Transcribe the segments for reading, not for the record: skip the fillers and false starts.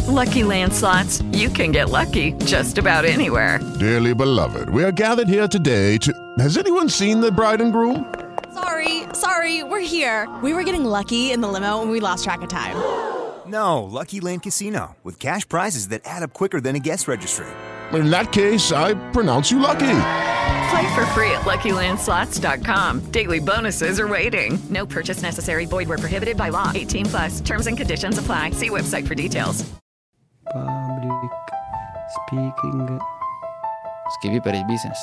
Lucky Land Slots, you can get lucky just about anywhere. Dearly beloved, we are gathered here today to... Has anyone seen the bride and groom? Sorry, we're here. We were getting lucky in the limo and we lost track of time. No, Lucky Land Casino, with cash prizes that add up quicker than a guest registry. In that case, I pronounce you lucky. Play for free at LuckyLandSlots.com. Daily bonuses are waiting. No purchase necessary. Void where prohibited by law. 18+. Terms and conditions apply. See website for details. Public speaking. Scrivi per il business.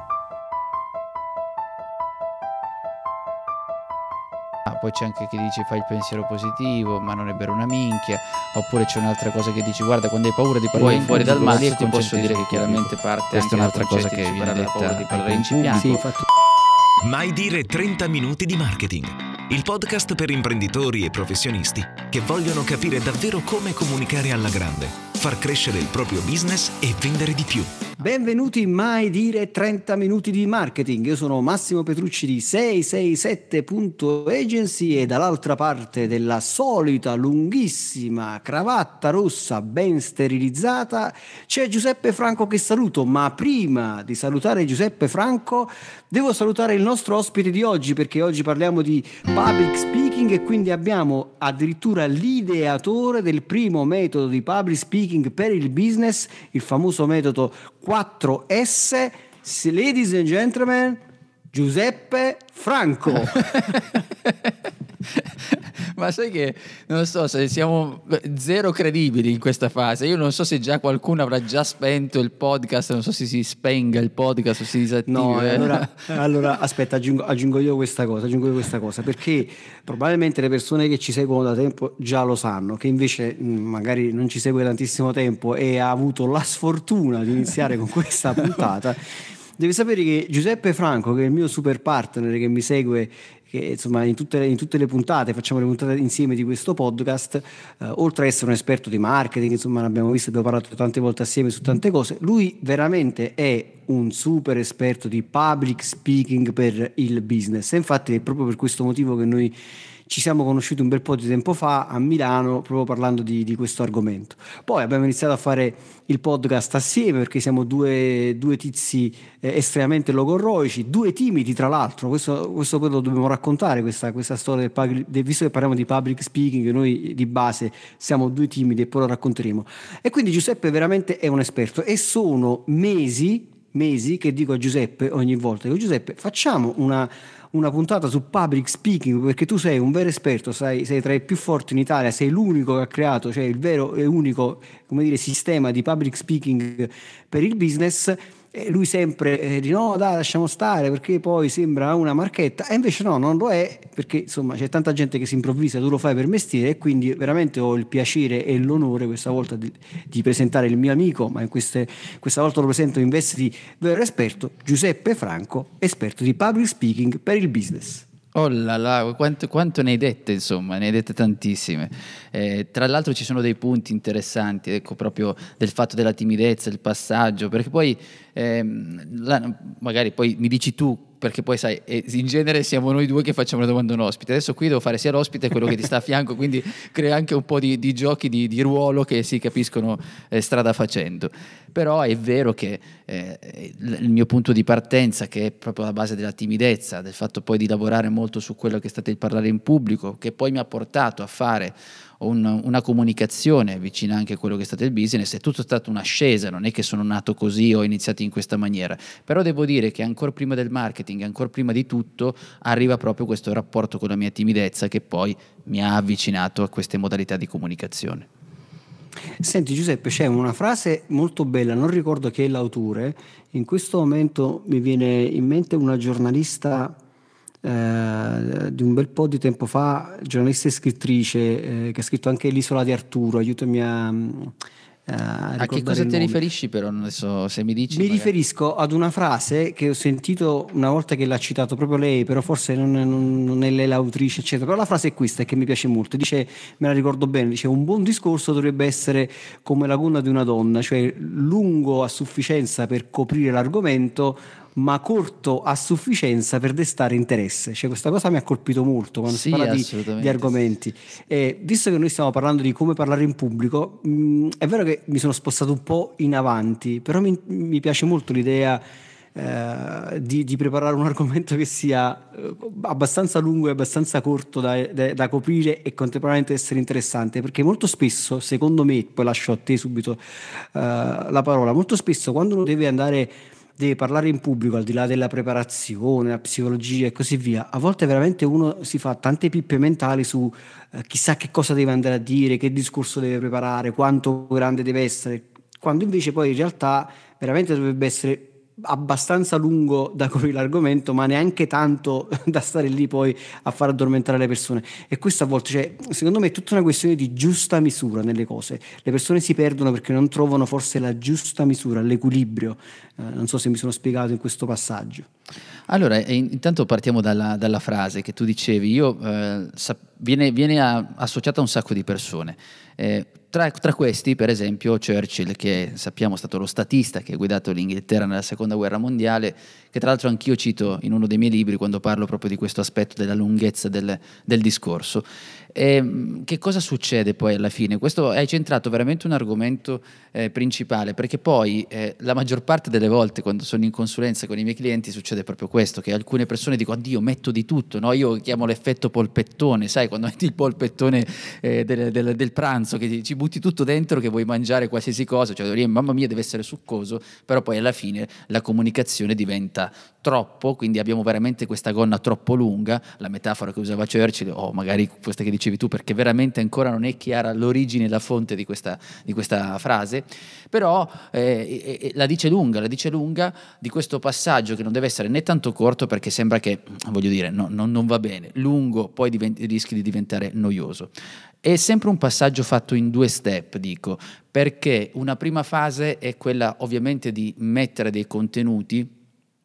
Poi c'è anche chi dice fai il pensiero positivo, ma non è vero una minchia. Oppure c'è un'altra cosa che dici guarda, quando hai paura di parlare fuori dal mazzo ti posso dire che chiaramente parte questa è un'altra cosa che viene detta di parlare in pubblico. Sì, infatti. Mai dire 30 minuti di marketing. Il podcast per imprenditori e professionisti che vogliono capire davvero come comunicare alla grande, far crescere il proprio business e vendere di più. Benvenuti in Mai dire 30 minuti di marketing. Io sono Massimo Petrucci di 667.agency e dall'altra parte della solita lunghissima cravatta rossa ben sterilizzata c'è Giuseppe Franco che saluto, ma prima di salutare Giuseppe Franco devo salutare il nostro ospite di oggi, perché oggi parliamo di public speaking e quindi abbiamo addirittura l'ideatore del primo metodo di public speaking per il business, il famoso metodo 4S. Ladies and gentlemen, Giuseppe Franco. Ma sai che non so se siamo zero credibili in questa fase. Io non so se già qualcuno avrà già spento il podcast, non so se si spenga il podcast o si disattiva. No, allora aspetta, aggiungo io questa cosa, perché probabilmente le persone che ci seguono da tempo già lo sanno, che invece magari non ci segue tantissimo tempo e ha avuto la sfortuna di iniziare con questa puntata. Devi sapere che Giuseppe Franco, che è il mio super partner, che mi segue, che insomma in tutte le puntate, facciamo le puntate insieme di questo podcast, oltre ad essere un esperto di marketing, insomma l'abbiamo visto, abbiamo parlato tante volte assieme su tante cose, lui veramente è un super esperto di public speaking per il business. E infatti è proprio per questo motivo che noi ci siamo conosciuti un bel po' di tempo fa a Milano, proprio parlando di questo argomento. Poi abbiamo iniziato a fare il podcast assieme, perché siamo due tizi estremamente logorroici, due timidi tra l'altro. Questo poi lo dobbiamo raccontare, questa storia visto che parliamo di public speaking, noi di base siamo due timidi e poi lo racconteremo. E quindi Giuseppe veramente è un esperto, e sono mesi che dico a Giuseppe ogni volta, dico Giuseppe, facciamo una puntata su public speaking, perché tu sei un vero esperto, sei tra i più forti in Italia, sei l'unico che ha creato, cioè il vero e unico, sistema di public speaking per il business. E lui sempre di no, dai, lasciamo stare, perché poi sembra una marchetta, e invece no, non lo è, perché insomma c'è tanta gente che si improvvisa, tu lo fai per mestiere, e quindi veramente ho il piacere e l'onore questa volta di presentare il mio amico, ma questa volta lo presento in veste di vero esperto, Giuseppe Franco, esperto di public speaking per il business. Oh là là, quanto ne hai dette, insomma, ne hai dette tantissime. Tra l'altro ci sono dei punti interessanti, ecco, proprio del fatto della timidezza, il passaggio, perché poi magari poi mi dici tu, perché poi sai, in genere siamo noi due che facciamo la domanda a un ospite. Adesso qui devo fare sia l'ospite e quello che ti sta a fianco, quindi crea anche un po' di giochi di ruolo che si capiscono strada facendo. Però è vero che il mio punto di partenza, che è proprio la base della timidezza, del fatto poi di lavorare molto su quello che è stato il parlare in pubblico, che poi mi ha portato a fare una comunicazione vicina anche a quello che è stato il business, è tutto stato un'ascesa, non è che sono nato così o ho iniziato in questa maniera. Però devo dire che ancora prima del marketing, ancora prima di tutto, arriva proprio questo rapporto con la mia timidezza, che poi mi ha avvicinato a queste modalità di comunicazione. Senti Giuseppe, c'è una frase molto bella, non ricordo chi è l'autore, in questo momento mi viene in mente una giornalista di un bel po' di tempo fa, giornalista e scrittrice, che ha scritto anche L'Isola di Arturo, aiutami a che cosa ti riferisci, però adesso se mi dici? Mi riferisco ad una frase che ho sentito una volta che l'ha citato proprio lei, però forse non è lei l'autrice eccetera, però la frase è questa e che mi piace molto, dice, me la ricordo bene, dice: un buon discorso dovrebbe essere come la gonna di una donna, cioè lungo a sufficienza per coprire l'argomento, ma corto a sufficienza per destare interesse. Cioè, questa cosa mi ha colpito molto quando Sì, si parla di assolutamente. argomenti. E visto che noi stiamo parlando di come parlare in pubblico, è vero che mi sono spostato un po' in avanti, però mi piace molto l'idea di preparare un argomento che sia abbastanza lungo e abbastanza corto da coprire e contemporaneamente essere interessante, perché molto spesso, secondo me, poi lascio a te subito la parola, molto spesso quando uno deve parlare in pubblico, al di là della preparazione, la psicologia e così via, a volte veramente uno si fa tante pippe mentali su chissà che cosa deve andare a dire, che discorso deve preparare, quanto grande deve essere, quando invece poi in realtà veramente dovrebbe essere abbastanza lungo da coprire l'argomento, ma neanche tanto da stare lì poi a far addormentare le persone. E questo a volte, cioè, secondo me è tutta una questione di giusta misura nelle cose. Le persone si perdono perché non trovano forse la giusta misura, l'equilibrio. Non so se mi sono spiegato in questo passaggio. Allora, intanto partiamo dalla frase che tu dicevi. Viene associata a un sacco di persone. Tra questi, per esempio, Churchill, che sappiamo è stato lo statista che ha guidato l'Inghilterra nella Seconda Guerra Mondiale, che tra l'altro anch'io cito in uno dei miei libri quando parlo proprio di questo aspetto della lunghezza del discorso. Che cosa succede poi alla fine? Questo hai centrato veramente un argomento principale, perché poi la maggior parte delle volte quando sono in consulenza con i miei clienti succede proprio questo, che alcune persone dicono oddio, metto di tutto, no? Io chiamo l'effetto polpettone, sai, quando metti il polpettone del pranzo, che ci butti tutto dentro, che vuoi mangiare qualsiasi cosa, cioè mamma mia deve essere succoso, però poi alla fine la comunicazione diventa troppo, quindi abbiamo veramente questa gonna troppo lunga, la metafora che usava Churchill, o magari questa che dicevi tu, perché veramente ancora non è chiara l'origine e la fonte di questa frase, però la dice lunga di questo passaggio, che non deve essere né tanto corto, perché sembra che, voglio dire, non va bene, lungo poi rischi di diventare noioso. È sempre un passaggio fatto in 2 step, dico, perché una prima fase è quella ovviamente di mettere dei contenuti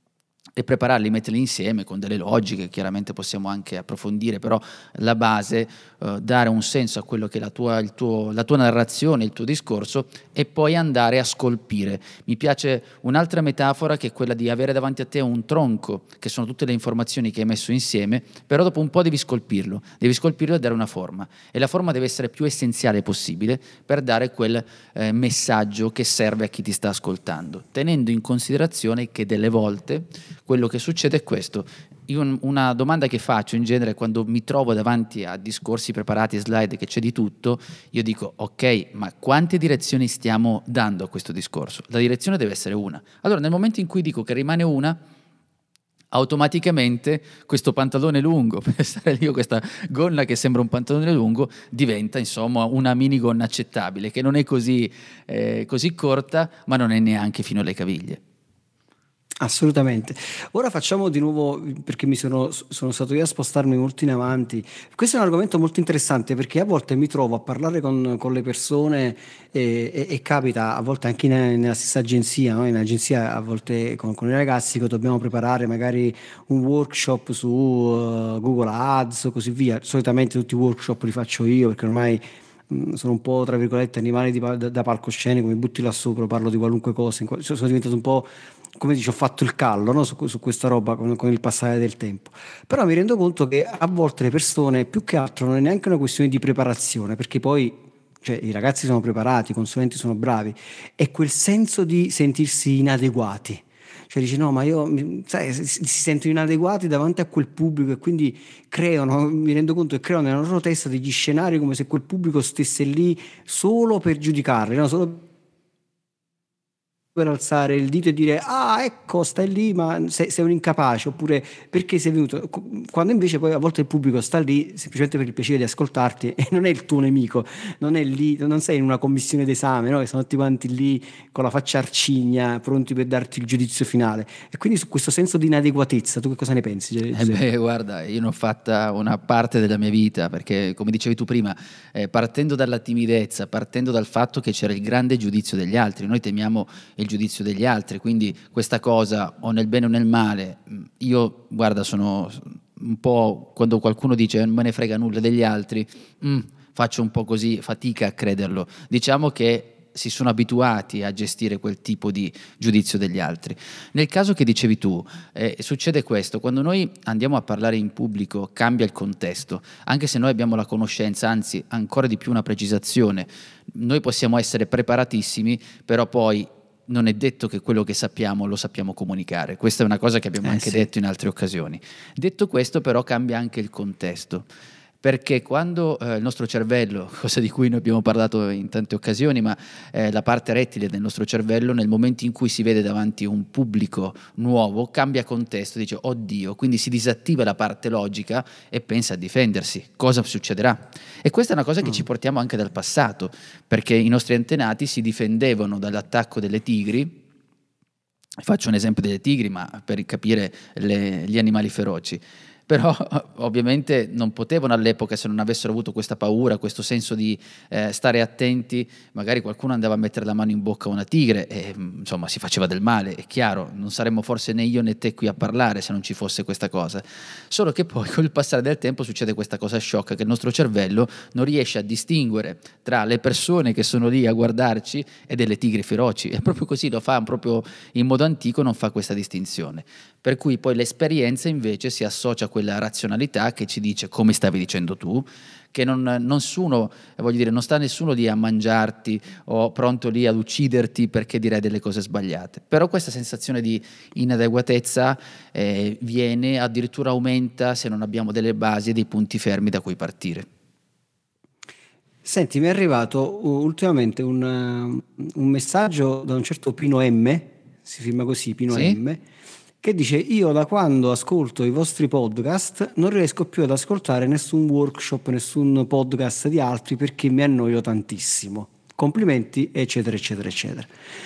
e prepararli, metterli insieme con delle logiche, chiaramente possiamo anche approfondire, però la base, dare un senso a quello che è la tua narrazione, il tuo discorso, e poi andare a scolpire. Mi piace un'altra metafora, che è quella di avere davanti a te un tronco, che sono tutte le informazioni che hai messo insieme, però dopo un po' devi scolpirlo e dare una forma, e la forma deve essere più essenziale possibile per dare quel messaggio che serve a chi ti sta ascoltando, tenendo in considerazione che delle volte quello che succede è questo. Io una domanda che faccio in genere quando mi trovo davanti a discorsi preparati, slide, che c'è di tutto, io dico ok, ma quante direzioni stiamo dando a questo discorso? La direzione deve essere una. Allora nel momento in cui dico che rimane una, automaticamente questo pantalone lungo, per stare lì, questa gonna che sembra un pantalone lungo, diventa insomma una minigonna accettabile, che non è così corta, ma non è neanche fino alle caviglie. Assolutamente. Ora facciamo di nuovo, perché sono stato io a spostarmi molto in avanti. Questo è un argomento molto interessante, perché a volte mi trovo a parlare con le persone e capita a volte anche nella stessa agenzia, no? In agenzia a volte con i ragazzi che dobbiamo preparare magari un workshop su Google Ads o così via. Solitamente tutti i workshop li faccio io, perché ormai sono un po', tra virgolette, animali da palcoscenico, mi butti là sopra, parlo di qualunque cosa, sono diventato un po', come dici, ho fatto il callo, no? su questa roba con il passare del tempo. Però mi rendo conto che a volte le persone, più che altro, non è neanche una questione di preparazione, perché poi, cioè, i ragazzi sono preparati, i consulenti sono bravi, è quel senso di sentirsi inadeguati. Cioè dici no, ma sai, si sentono inadeguati davanti a quel pubblico, e quindi mi rendo conto che creano nella loro testa degli scenari come se quel pubblico stesse lì solo per giudicarli, no? Solo per alzare il dito e dire ecco, stai lì, ma sei un incapace, oppure perché sei venuto, quando invece poi a volte il pubblico sta lì semplicemente per il piacere di ascoltarti e non è il tuo nemico, non è lì, non sei in una commissione d'esame, no? Che sono tutti quanti lì con la faccia arcigna pronti per darti il giudizio finale. E quindi su questo senso di inadeguatezza tu che cosa ne pensi? Guarda, io ne ho fatta una parte della mia vita, perché come dicevi tu prima, partendo dalla timidezza, partendo dal fatto che c'era il grande giudizio degli altri, noi temiamo il giudizio degli altri, quindi questa cosa, o nel bene o nel male, io guarda, sono un po', quando qualcuno dice non me ne frega nulla degli altri, faccio un po' così fatica a crederlo. Diciamo che si sono abituati a gestire quel tipo di giudizio degli altri. Nel caso che dicevi tu, succede questo: quando noi andiamo a parlare in pubblico cambia il contesto, anche se noi abbiamo la conoscenza, anzi ancora di più una precisazione. Noi possiamo essere preparatissimi, però poi non è detto che quello che sappiamo lo sappiamo comunicare. Questa è una cosa che abbiamo anche detto in altre occasioni. Detto questo, però, cambia anche il contesto, perché quando il nostro cervello, cosa di cui noi abbiamo parlato in tante occasioni, ma la parte rettile del nostro cervello, nel momento in cui si vede davanti un pubblico nuovo, cambia contesto, dice oddio, quindi si disattiva la parte logica e pensa a difendersi. Cosa succederà? E questa è una cosa che ci portiamo anche dal passato, perché i nostri antenati si difendevano dall'attacco delle tigri. Faccio un esempio delle tigri, ma per capire gli animali feroci. Però ovviamente non potevano all'epoca, se non avessero avuto questa paura, questo senso di stare attenti. Magari qualcuno andava a mettere la mano in bocca a una tigre e insomma si faceva del male, è chiaro, non saremmo forse né io né te qui a parlare se non ci fosse questa cosa. Solo che poi col passare del tempo succede questa cosa sciocca, che il nostro cervello non riesce a distinguere tra le persone che sono lì a guardarci e delle tigri feroci, è proprio così, lo fa proprio in modo antico, non fa questa distinzione. Per cui poi l'esperienza invece si associa a quella razionalità che ci dice, come stavi dicendo tu, che non sta nessuno lì a mangiarti o pronto lì ad ucciderti perché direi delle cose sbagliate. Però questa sensazione di inadeguatezza viene, addirittura aumenta se non abbiamo delle basi e dei punti fermi da cui partire. Senti, mi è arrivato ultimamente un messaggio da un certo Pino M, si firma così, Pino Sì? M, che dice: io da quando ascolto i vostri podcast non riesco più ad ascoltare nessun workshop, nessun podcast di altri perché mi annoio tantissimo. Complimenti, eccetera, eccetera, eccetera.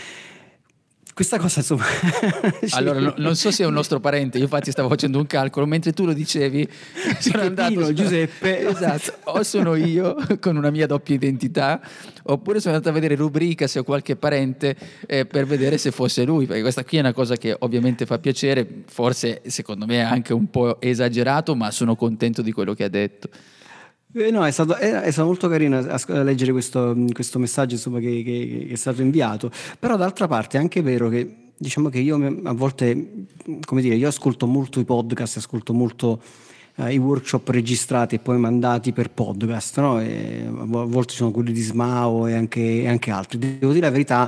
Questa cosa, insomma... Allora, non so se è un nostro parente, io infatti stavo facendo un calcolo, mentre tu lo dicevi, sono andato... Giuseppe. Esatto, o sono io con una mia doppia identità, oppure sono andato a vedere rubrica se ho qualche parente per vedere se fosse lui, perché questa qui è una cosa che ovviamente fa piacere, forse secondo me è anche un po' esagerato, ma sono contento di quello che ha detto. No, è stato molto carino a leggere questo messaggio, insomma, che è stato inviato. Però d'altra parte è anche vero che, diciamo, che io a volte, come dire, io ascolto molto i podcast, ascolto molto i workshop registrati e poi mandati per podcast, no? E a volte sono quelli di Smao e anche altri. Devo dire la verità,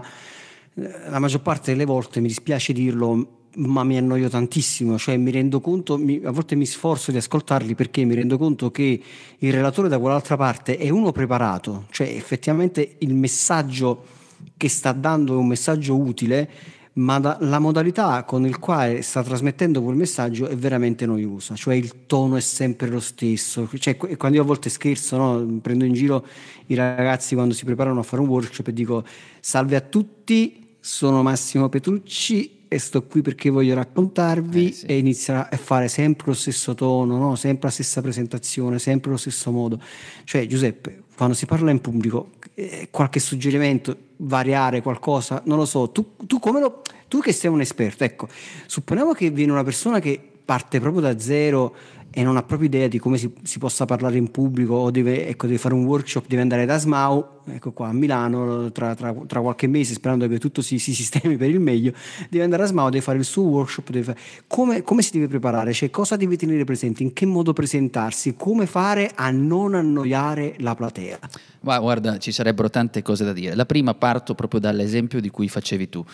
la maggior parte delle volte, mi dispiace dirlo, ma mi annoio tantissimo, cioè mi rendo conto, a volte mi sforzo di ascoltarli perché mi rendo conto che il relatore da quell'altra parte è uno preparato, cioè effettivamente il messaggio che sta dando è un messaggio utile, ma la modalità con il quale sta trasmettendo quel messaggio è veramente noiosa, cioè il tono è sempre lo stesso. Cioè, quando io a volte scherzo, no? Prendo in giro i ragazzi quando si preparano a fare un workshop e dico: salve a tutti, sono Massimo Petrucci e sto qui perché voglio raccontarvi, sì. e inizia a fare sempre lo stesso tono, no? Sempre la stessa presentazione, sempre lo stesso modo. Cioè, Giuseppe, quando si parla in pubblico, qualche suggerimento, variare qualcosa, non lo so, tu che sei un esperto, ecco, supponiamo che viene una persona che parte proprio da zero e non ha proprio idea di come si possa parlare in pubblico, o deve fare un workshop, deve andare da Smao, ecco qua a Milano, tra qualche mese, sperando che tutto si sistemi per il meglio, deve andare a Smao, deve fare il suo workshop, come si deve preparare, cioè cosa deve tenere presente, in che modo presentarsi, come fare a non annoiare la platea. Ma guarda, ci sarebbero tante cose da dire. La prima, parto proprio dall'esempio di cui facevi tu.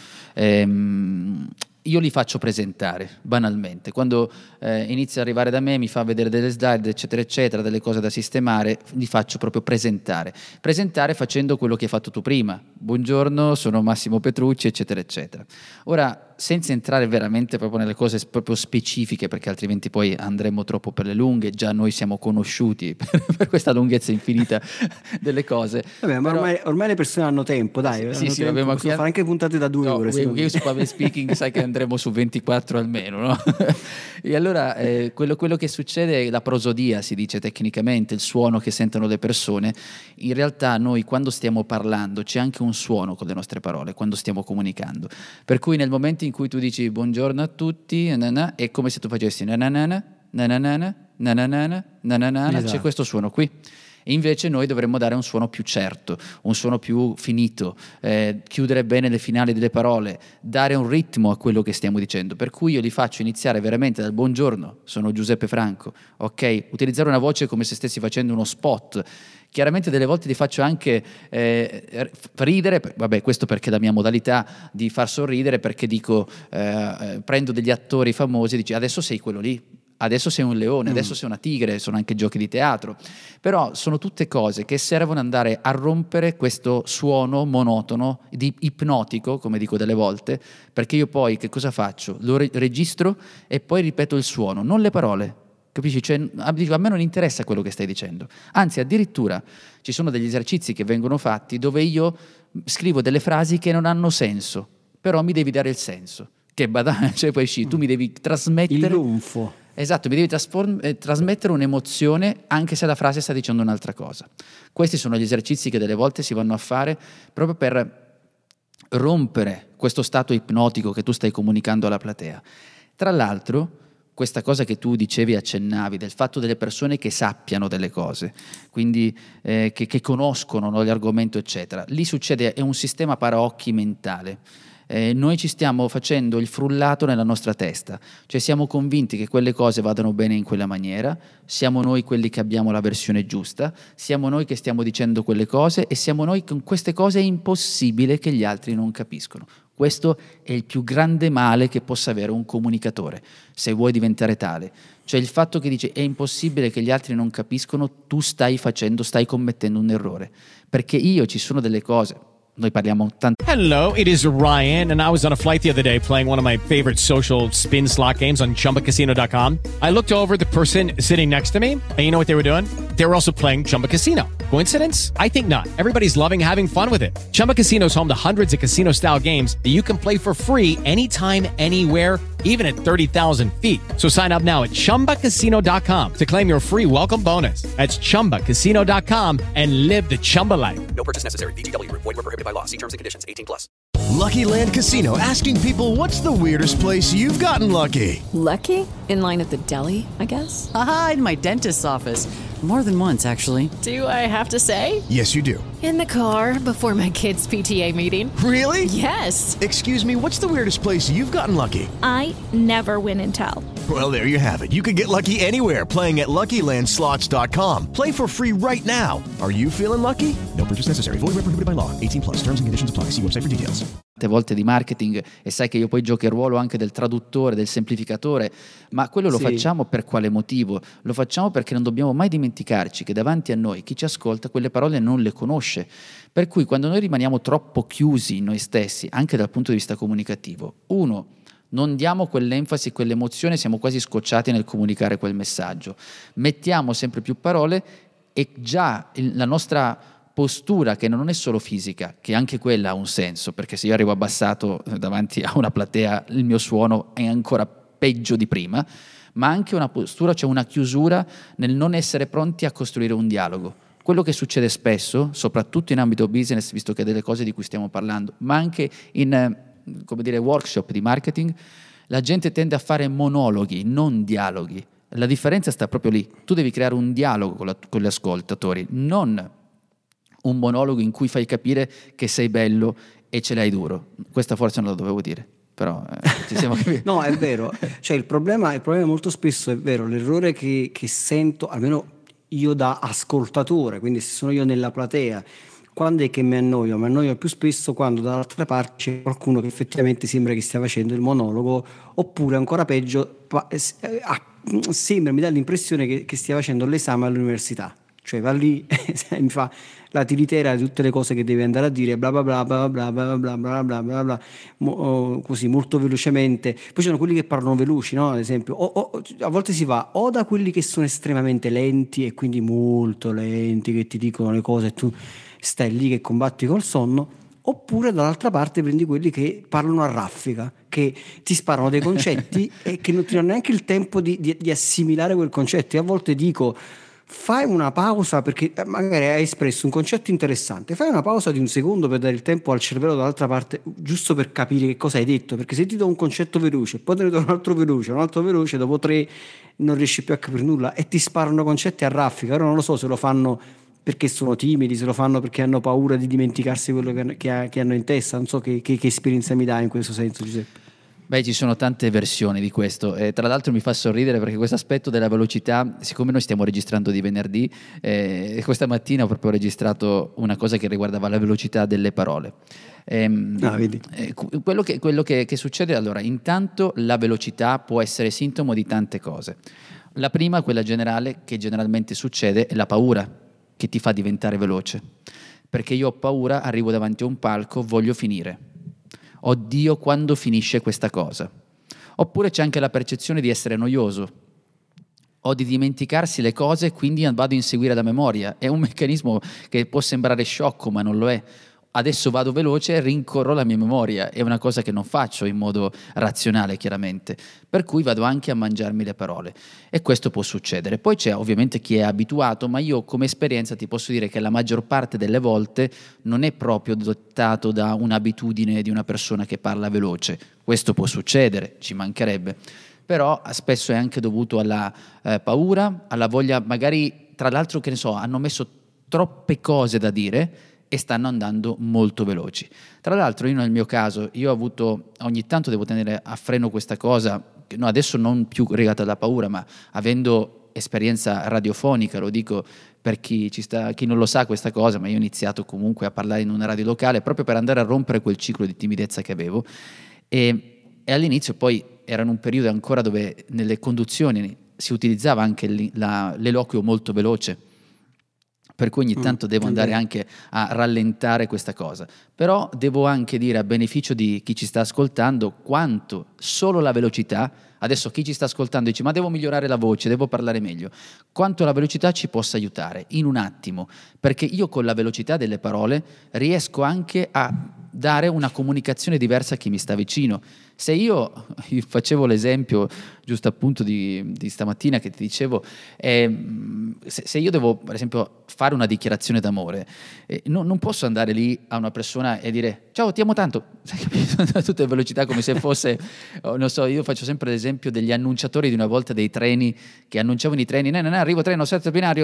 Io li faccio presentare, banalmente. Quando inizia ad arrivare da me, mi fa vedere delle slide, eccetera, eccetera, delle cose da sistemare, li faccio proprio presentare. Presentare facendo quello che hai fatto tu prima. Buongiorno, sono Massimo Petrucci, eccetera, eccetera. Ora, senza entrare veramente proprio nelle cose proprio specifiche, perché altrimenti poi andremo troppo per le lunghe, già noi siamo conosciuti per questa lunghezza infinita delle cose. Vabbè, ma però... ormai le persone hanno tempo, dai, sì, tempo, vabbè, ma possono fare anche puntate da 2 ore. Io su public speaking sai che andremo su 24 almeno, no? E allora quello che succede è la prosodia, si dice tecnicamente, il suono che sentono le persone. In realtà noi quando stiamo parlando c'è anche un suono con le nostre parole, quando stiamo comunicando. Per cui nel momento in cui tu dici buongiorno a tutti, è come se tu facessi nananana, nananana, nananana, nananana, esatto. C'è questo suono qui. E invece noi dovremmo dare un suono più certo, un suono più finito, chiudere bene le finali delle parole, dare un ritmo a quello che stiamo dicendo, per cui io li faccio iniziare veramente dal buongiorno, sono Giuseppe Franco, ok? Utilizzare una voce come se stessi facendo uno spot. Chiaramente delle volte li faccio anche ridere, vabbè, questo perché è la mia modalità di far sorridere, perché dico, prendo degli attori famosi e dici adesso sei quello lì, adesso sei un leone, adesso sei una tigre, sono anche giochi di teatro, però sono tutte cose che servono ad andare a rompere questo suono monotono, di ipnotico, come dico delle volte, perché io poi che cosa faccio? Lo registro e poi ripeto il suono, non le parole. Capisci? Cioè, a me non interessa quello che stai dicendo, anzi addirittura ci sono degli esercizi che vengono fatti dove io scrivo delle frasi che non hanno senso, però mi devi dare il senso, che cioè poi tu mi devi trasmettere il lunfo. Esatto, mi devi trasmettere un'emozione anche se la frase sta dicendo un'altra cosa. Questi sono gli esercizi che delle volte si vanno a fare proprio per rompere questo stato ipnotico che tu stai comunicando alla platea. Tra l'altro, questa cosa che tu dicevi e accennavi, del fatto delle persone che sappiano delle cose, quindi che conoscono, no, l'argomento, eccetera, lì succede, è un sistema paraocchi mentale. Noi ci stiamo facendo il frullato nella nostra testa, cioè siamo convinti che quelle cose vadano bene in quella maniera, siamo noi quelli che abbiamo la versione giusta, siamo noi che stiamo dicendo quelle cose e siamo noi con queste cose è impossibile che gli altri non capiscono. Questo è il più grande male che possa avere un comunicatore, se vuoi diventare tale. Cioè il fatto che dice è impossibile che gli altri non capiscono, tu stai commettendo un errore. Perché ci sono delle cose, noi parliamo tanto. Hello, it is Ryan, and I was on a flight the other day playing one of my favorite social spin slot games on ChumbaCasino.com. I looked over at the person sitting next to me, and you know what they were doing? They were also playing Chumba Casino. Coincidence? I think not. Everybody's loving having fun with it. Chumba Casino is home to hundreds of casino-style games that you can play for free anytime, anywhere, even at 30,000 feet. So sign up now at ChumbaCasino.com to claim your free welcome bonus. That's ChumbaCasino.com and live the Chumba life. No purchase necessary. VGW. Void where prohibited by law. See terms and conditions. 18+. Lucky Land Casino, asking people, what's the weirdest place you've gotten lucky? Lucky? In line at the deli, I guess? Aha, in my dentist's office. More than once, actually. Do I have to say? Yes, you do. In the car before my kids' PTA meeting. Really? Yes. Excuse me, what's the weirdest place you've gotten lucky? I never win and tell. Well, there you have it. You can get lucky anywhere, playing at LuckyLandSlots.com. Play for free right now. Are you feeling lucky? No purchase necessary. Void where prohibited by law. 18+. Terms and conditions apply. See website for details. Volte di marketing, e sai che io poi gioco il ruolo anche del traduttore, del semplificatore, ma quello lo facciamo per quale motivo? Lo facciamo perché non dobbiamo mai dimenticarci che davanti a noi chi ci ascolta quelle parole non le conosce, per cui quando noi rimaniamo troppo chiusi in noi stessi, anche dal punto di vista comunicativo, non diamo quell'enfasi, quell'emozione, siamo quasi scocciati nel comunicare quel messaggio, mettiamo sempre più parole e già la nostra postura, che non è solo fisica, che anche quella ha un senso, perché se io arrivo abbassato davanti a una platea il mio suono è ancora peggio di prima, ma anche una postura, cioè una chiusura nel non essere pronti a costruire un dialogo. Quello che succede spesso, soprattutto in ambito business, visto che è delle cose di cui stiamo parlando, ma anche in workshop di marketing, la gente tende a fare monologhi, non dialoghi. La differenza sta proprio lì. Tu devi creare un dialogo con gli ascoltatori, non un monologo in cui fai capire che sei bello e ce l'hai duro. Questa forse non la dovevo dire, però ci siamo capiti. No, è vero. Cioè il problema molto spesso è vero, l'errore che sento, almeno io da ascoltatore, quindi se sono io nella platea, quando è che mi annoio più spesso quando dall'altra parte c'è qualcuno che effettivamente sembra che stia facendo il monologo, oppure ancora peggio sembra, mi dà l'impressione che stia facendo l'esame all'università. Cioè va lì mi fa la tiritera di tutte le cose che deve andare a dire, bla bla bla bla bla bla bla bla bla bla bla, così molto velocemente. Poi ci sono quelli che parlano veloci, no? Ad esempio, a volte si va o da quelli che sono estremamente lenti e quindi molto lenti, che ti dicono le cose e tu stai lì che combatti col sonno, oppure dall'altra parte prendi quelli che parlano a raffica, che ti sparano dei concetti e che non ti danno neanche il tempo di assimilare quel concetto. E a volte dico, fai una pausa, perché magari hai espresso un concetto interessante, fai una pausa di un secondo per dare il tempo al cervello dall'altra parte, giusto per capire che cosa hai detto, perché se ti do un concetto veloce, poi te ne do un altro veloce, dopo 3 non riesci più a capire nulla e ti sparano concetti a raffica. Ora non lo so se lo fanno perché sono timidi, se lo fanno perché hanno paura di dimenticarsi quello che hanno in testa. Non so che esperienza mi dai in questo senso, Giuseppe. Beh, ci sono tante versioni di questo, e tra l'altro mi fa sorridere perché questo aspetto della velocità, siccome noi stiamo registrando di venerdì, questa mattina ho proprio registrato una cosa che riguardava la velocità delle parole. Vedi. Quello che succede, allora, intanto la velocità può essere sintomo di tante cose. La prima, quella generale, che generalmente succede, è la paura che ti fa diventare veloce, perché io ho paura, arrivo davanti a un palco, voglio finire. Oddio, quando finisce questa cosa? Oppure c'è anche la percezione di essere noioso o di dimenticarsi le cose, quindi vado a inseguire la memoria. È un meccanismo che può sembrare sciocco, ma non lo è. Adesso vado veloce e rincorro la mia memoria. È una cosa che non faccio in modo razionale, chiaramente. Per cui vado anche a mangiarmi le parole. E questo può succedere. Poi c'è ovviamente chi è abituato, ma io come esperienza ti posso dire che la maggior parte delle volte non è proprio dotato da un'abitudine di una persona che parla veloce. Questo può succedere, ci mancherebbe. Però spesso è anche dovuto alla paura, alla voglia, magari, tra l'altro, che ne so, hanno messo troppe cose da dire e stanno andando molto veloci. Tra l'altro io nel mio caso, io ho avuto, ogni tanto devo tenere a freno questa cosa, no, adesso non più legata alla paura, ma avendo esperienza radiofonica, lo dico per chi non lo sa questa cosa, ma io ho iniziato comunque a parlare in una radio locale proprio per andare a rompere quel ciclo di timidezza che avevo, e all'inizio poi era in un periodo ancora dove nelle conduzioni si utilizzava anche l'eloquio molto veloce, per cui ogni tanto devo andare anche a rallentare questa cosa. Però devo anche dire, a beneficio di chi ci sta ascoltando, quanto solo la velocità, adesso chi ci sta ascoltando dice ma devo migliorare la voce, devo parlare meglio, quanto la velocità ci possa aiutare in un attimo, perché io con la velocità delle parole riesco anche a dare una comunicazione diversa a chi mi sta vicino. Se io facevo l'esempio giusto appunto di stamattina che ti dicevo, se io devo per esempio fare una dichiarazione d'amore, non posso andare lì a una persona e dire ciao ti amo tanto, a tutte le velocità come se fosse, non so, io faccio sempre l'esempio degli annunciatori di una volta dei treni che annunciavano i treni, arrivo treno, terzo binario,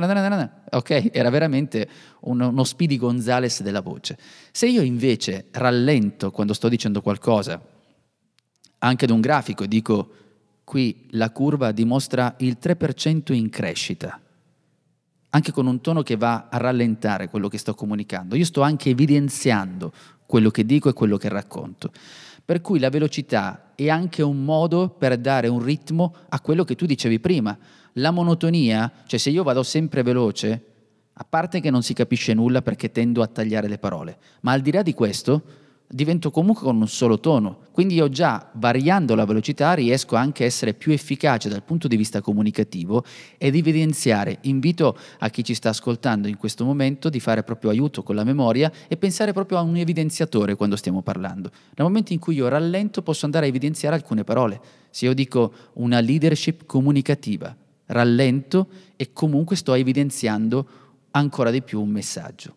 ok, era veramente uno Speedy Gonzales della voce. Se io invece rallento quando sto dicendo qualcosa, anche ad un grafico, dico qui la curva dimostra il 3% in crescita, anche con un tono che va a rallentare quello che sto comunicando, io sto anche evidenziando quello che dico e quello che racconto, per cui la velocità è anche un modo per dare un ritmo a quello che tu dicevi prima. La monotonia, cioè se io vado sempre veloce, a parte che non si capisce nulla perché tendo a tagliare le parole, ma al di là di questo divento comunque con un solo tono, quindi io già variando la velocità riesco anche a essere più efficace dal punto di vista comunicativo ed evidenziare. Invito a chi ci sta ascoltando in questo momento di fare proprio aiuto con la memoria e pensare proprio a un evidenziatore quando stiamo parlando. Nel momento in cui io rallento posso andare a evidenziare alcune parole. Se io dico una leadership comunicativa, rallento e comunque sto evidenziando ancora di più un messaggio.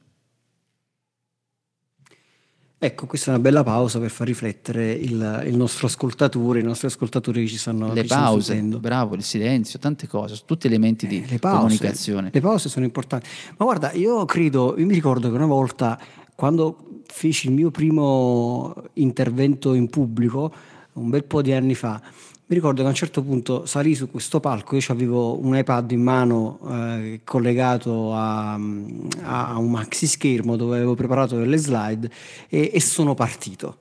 Ecco, questa è una bella pausa per far riflettere il nostro ascoltatore, i nostri ascoltatori che ci stanno Le pause, bravo, il silenzio, tante cose, tutti elementi di comunicazione. Le pause sono importanti. Ma guarda, io mi ricordo che una volta, quando feci il mio primo intervento in pubblico, un bel po' di anni fa, mi ricordo che a un certo punto salì su questo palco, io avevo un iPad in mano collegato a un maxi schermo dove avevo preparato delle slide e sono partito.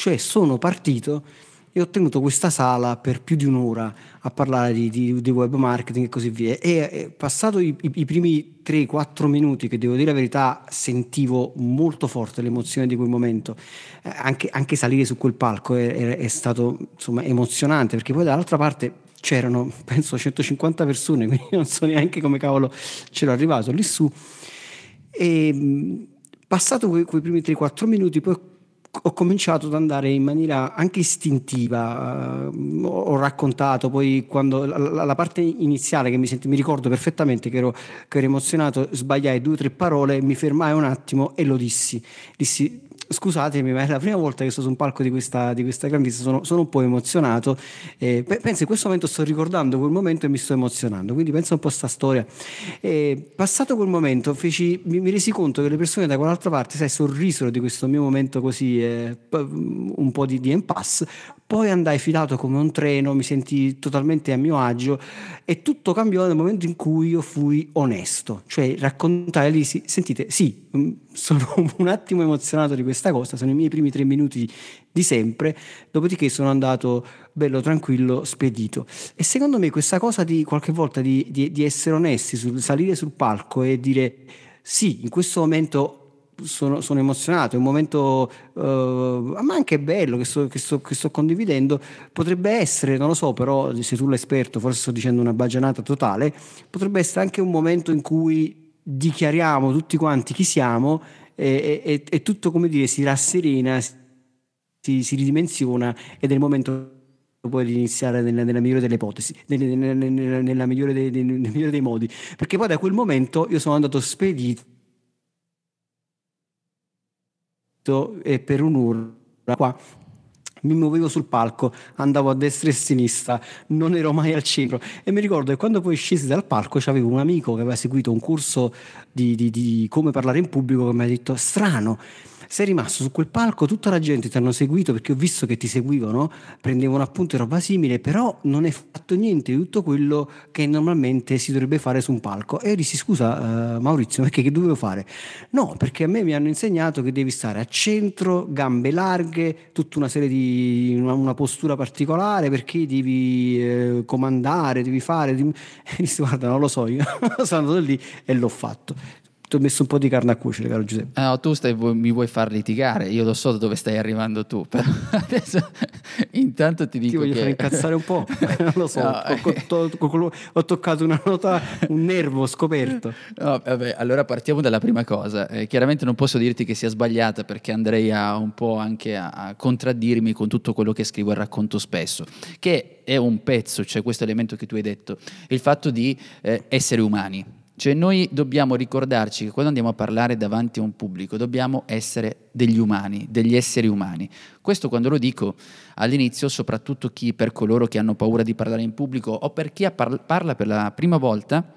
E ho tenuto questa sala per più di un'ora a parlare di web marketing e così via. E passato i primi 3-4 minuti, che devo dire la verità, sentivo molto forte l'emozione di quel momento. Anche salire su quel palco è stato insomma emozionante, perché poi dall'altra parte c'erano penso 150 persone, quindi non so neanche come cavolo c'ero arrivato lì su. E passato quei primi 3-4 minuti, poi ho cominciato ad andare in maniera anche istintiva, ho raccontato poi quando la parte iniziale che mi ricordo perfettamente che ero emozionato, sbagliai 2 o 3 parole, mi fermai un attimo e lo dissi scusatemi, ma è la prima volta che sto su un palco di questa grandezza, sono un po' emozionato, penso in questo momento sto ricordando quel momento e mi sto emozionando, quindi pensa un po' a sta storia. Passato quel momento mi resi conto che le persone da quell'altra parte, sai, sorrisero di questo mio momento così, un po' di impasse. Poi andai filato come un treno, mi sentii totalmente a mio agio e tutto cambiò nel momento in cui io fui onesto, cioè raccontai lì, sentite, sì, sono un attimo emozionato di questa cosa, sono i miei primi 3 minuti di sempre, dopodiché sono andato bello tranquillo, spedito. E secondo me questa cosa di qualche volta di essere onesti, salire sul palco e dire sì, in questo momento sono emozionato, è un momento ma anche bello che sto condividendo, potrebbe essere, non lo so, però se tu l'esperto, forse sto dicendo una baggianata totale, potrebbe essere anche un momento in cui dichiariamo tutti quanti chi siamo e tutto, come dire, si rasserena, si ridimensiona ed è il momento poi di iniziare nella migliore delle ipotesi, nel migliore dei modi, perché poi da quel momento io sono andato spedito e per un'ora qua mi muovevo sul palco, andavo a destra e a sinistra, non ero mai al centro. E mi ricordo che quando poi scesi dal palco c'avevo un amico che aveva seguito un corso di come parlare in pubblico, che mi ha detto: strano, sei rimasto su quel palco, tutta la gente ti hanno seguito perché ho visto che ti seguivano, prendevano appunto e roba simile, però non hai fatto niente di tutto quello che normalmente si dovrebbe fare su un palco. E io dissi: scusa Maurizio, perché che dovevo fare? No, perché a me mi hanno insegnato che devi stare a centro, gambe larghe, tutta una serie di una postura particolare, perché devi comandare, devi fare. E dissi: guarda, non lo so, io sono andato lì e l'ho fatto. Ti ho messo un po' di carne a cuocere, caro Giuseppe. No, tu mi vuoi far litigare, io lo so da dove stai arrivando tu, però adesso intanto ti dico voglio che... far incazzare un po', non lo so, no, ho toccato una nota, un nervo scoperto. No, vabbè, allora partiamo dalla prima cosa. Chiaramente non posso dirti che sia sbagliata, perché andrei un po' anche a contraddirmi con tutto quello che scrivo e racconto spesso, che è un pezzo, cioè questo elemento che tu hai detto, il fatto di essere umani. Cioè noi dobbiamo ricordarci che quando andiamo a parlare davanti a un pubblico dobbiamo essere degli umani, degli esseri umani. Questo quando lo dico all'inizio, soprattutto per coloro che hanno paura di parlare in pubblico o per chi parla per la prima volta,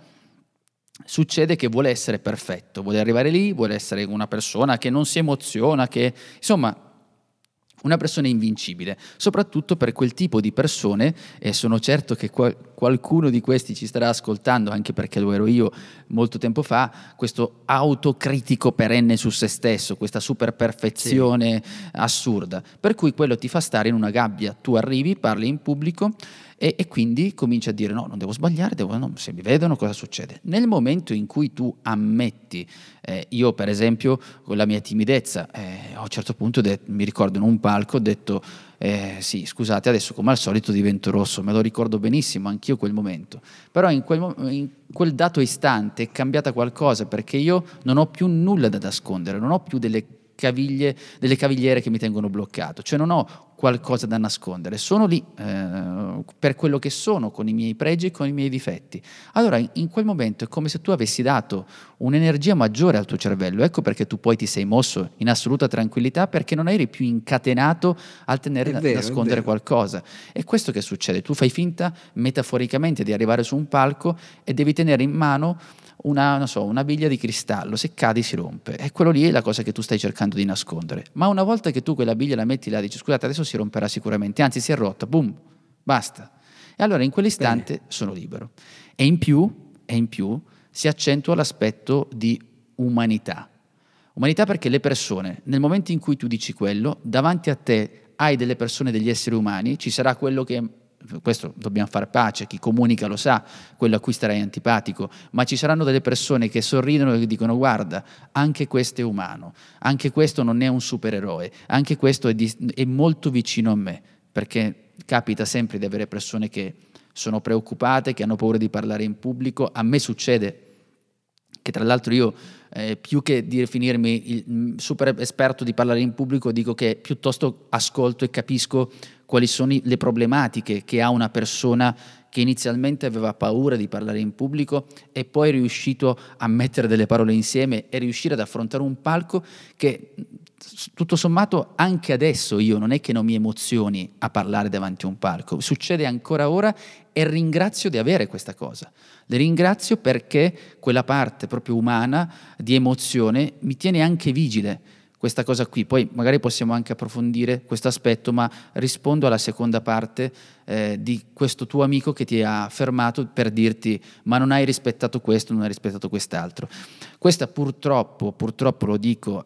succede che vuole essere perfetto, vuole arrivare lì, vuole essere una persona che non si emoziona, che insomma... una persona invincibile, soprattutto per quel tipo di persone, e sono certo che qualcuno di questi ci starà ascoltando, anche perché lo ero io molto tempo fa, questo autocritico perenne su se stesso, questa super perfezione assurda, per cui quello ti fa stare in una gabbia. Tu arrivi, parli in pubblico e quindi cominci a dire: no, non devo sbagliare, no, se mi vedono cosa succede? Nel momento in cui tu ammetti, io per esempio con la mia timidezza, a un certo punto mi ricordo in un palco ho detto: sì, scusate, adesso come al solito divento rosso, me lo ricordo benissimo, anch'io quel momento, però in quel dato istante è cambiata qualcosa, perché io non ho più nulla da nascondere, non ho più delle cavigliere che mi tengono bloccato, cioè non ho qualcosa da nascondere, sono lì per quello che sono, con i miei pregi e con i miei difetti. Allora in quel momento è come se tu avessi dato un'energia maggiore al tuo cervello, ecco perché tu poi ti sei mosso in assoluta tranquillità, perché non eri più incatenato al tenere nascondere qualcosa. È questo che succede, tu fai finta metaforicamente di arrivare su un palco e devi tenere in mano una biglia di cristallo, se cadi si rompe, e quello lì è la cosa che tu stai cercando di nascondere. Ma una volta che tu quella biglia la metti là e dici: scusate, adesso si romperà sicuramente, anzi si è rotta, boom, basta, e allora in quell'istante sono libero. E in più si accentua l'aspetto di umanità, perché le persone, nel momento in cui tu dici quello, davanti a te hai delle persone, degli esseri umani, ci sarà quello che... questo dobbiamo fare pace, chi comunica lo sa, quello a cui starai antipatico, ma ci saranno delle persone che sorridono e che dicono: guarda, anche questo è umano, anche questo non è un supereroe, anche questo è molto vicino a me, perché capita sempre di avere persone che sono preoccupate, che hanno paura di parlare in pubblico. A me succede che, tra l'altro, io più che di definirmi il super esperto di parlare in pubblico, dico che piuttosto ascolto e capisco quali sono le problematiche che ha una persona che inizialmente aveva paura di parlare in pubblico e poi è riuscito a mettere delle parole insieme e riuscire ad affrontare un palco che tutto sommato anche adesso io non è che non mi emozioni a parlare davanti a un palco, succede ancora ora e ringrazio di avere questa cosa. Le ringrazio perché quella parte proprio umana di emozione mi tiene anche vigile. Questa cosa qui, poi magari possiamo anche approfondire questo aspetto, ma rispondo alla seconda parte di questo tuo amico che ti ha fermato per dirti ma non hai rispettato questo, non hai rispettato quest'altro. Questa purtroppo lo dico,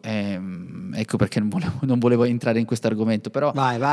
ecco perché non volevo entrare in questo argomento, però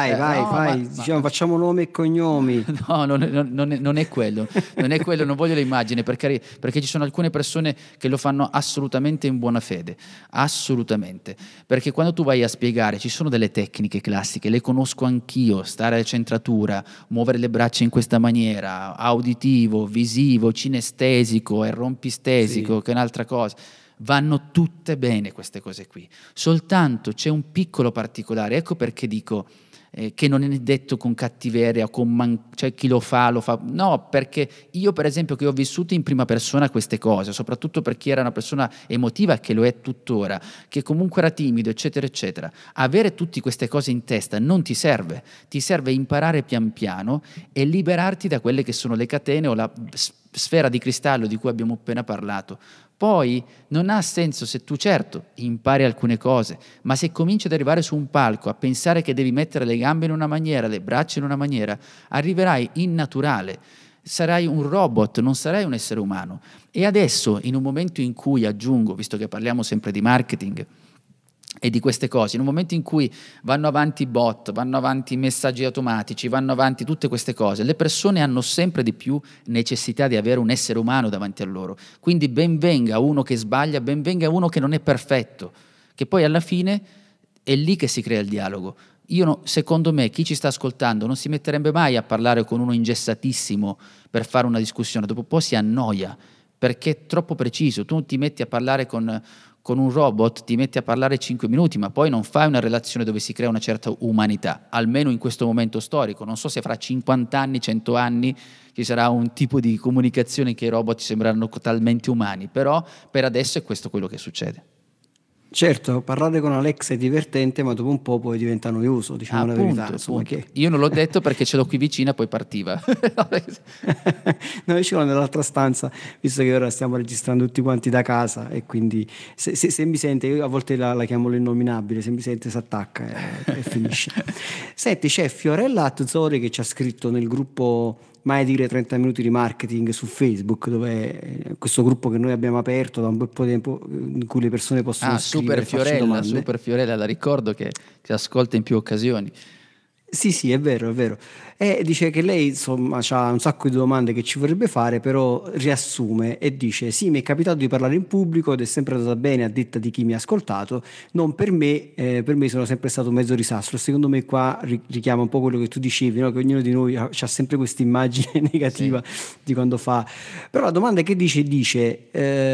vai, diciamo, facciamo nomi e cognomi. No, non è quello, non voglio l'immagine, perché ci sono alcune persone che lo fanno assolutamente in buona fede, assolutamente, perché quando tu vai a spiegare ci sono delle tecniche classiche, le conosco anch'io, stare a centratura, muovere le braccia in questa maniera, auditivo, visivo, cinestesico e rompistesico, che è un'altra cosa. Vanno tutte bene queste cose qui, soltanto c'è un piccolo particolare, ecco perché dico che non è detto con cattiveria o cioè chi lo fa, no, perché io per esempio che ho vissuto in prima persona queste cose, soprattutto per chi era una persona emotiva, che lo è tuttora, che comunque era timido, eccetera eccetera, avere tutte queste cose in testa non ti serve imparare pian piano e liberarti da quelle che sono le catene o la sfera di cristallo di cui abbiamo appena parlato. Poi non ha senso se tu certo impari alcune cose, ma se cominci ad arrivare su un palco a pensare che devi mettere le gambe in una maniera, le braccia in una maniera, arriverai innaturale, sarai un robot, non sarai un essere umano. E adesso, in un momento in cui aggiungo, visto che parliamo sempre di marketing e di queste cose, in un momento in cui vanno avanti bot, vanno avanti messaggi automatici, vanno avanti tutte queste cose, le persone hanno sempre di più necessità di avere un essere umano davanti a loro. Quindi ben venga uno che sbaglia, ben venga uno che non è perfetto, che poi alla fine è lì che si crea il dialogo. Secondo me chi ci sta ascoltando non si metterebbe mai a parlare con uno ingessatissimo per fare una discussione, dopo un po' si annoia perché è troppo preciso. Tu ti metti a parlare con un robot, ti metti a parlare 5 minuti, ma poi non fai una relazione dove si crea una certa umanità, almeno in questo momento storico. Non so se fra 50 anni, 100 anni ci sarà un tipo di comunicazione che i robot ci sembreranno talmente umani, però per adesso è questo quello che succede. Certo, parlare con Alexa è divertente, ma dopo un po' poi diventa noioso, diciamo la verità. Insomma, che... Io non l'ho detto perché ce l'ho qui vicina, poi partiva. No, io ce l'ho nell'altra stanza, visto che ora stiamo registrando tutti quanti da casa e quindi se mi sente, io a volte la chiamo l'innominabile, se mi sente si attacca e finisce. Senti, c'è Fiorella Azzori che ci ha scritto nel gruppo Mai dire 30 minuti di marketing su Facebook, dove è questo gruppo che noi abbiamo aperto da un po' di tempo, in cui le persone possono scrivere Super Fiorella, la ricordo che ascolta in più occasioni. Sì, è vero. E dice che lei insomma ha un sacco di domande che ci vorrebbe fare, però riassume e dice: sì, mi è capitato di parlare in pubblico ed è sempre andata bene a detta di chi mi ha ascoltato, non per me, per me sono sempre stato un mezzo disastro. Secondo me qua richiama un po' quello che tu dicevi, no? Che ognuno di noi ha sempre questa immagine negativa di quando fa. Però la domanda che dice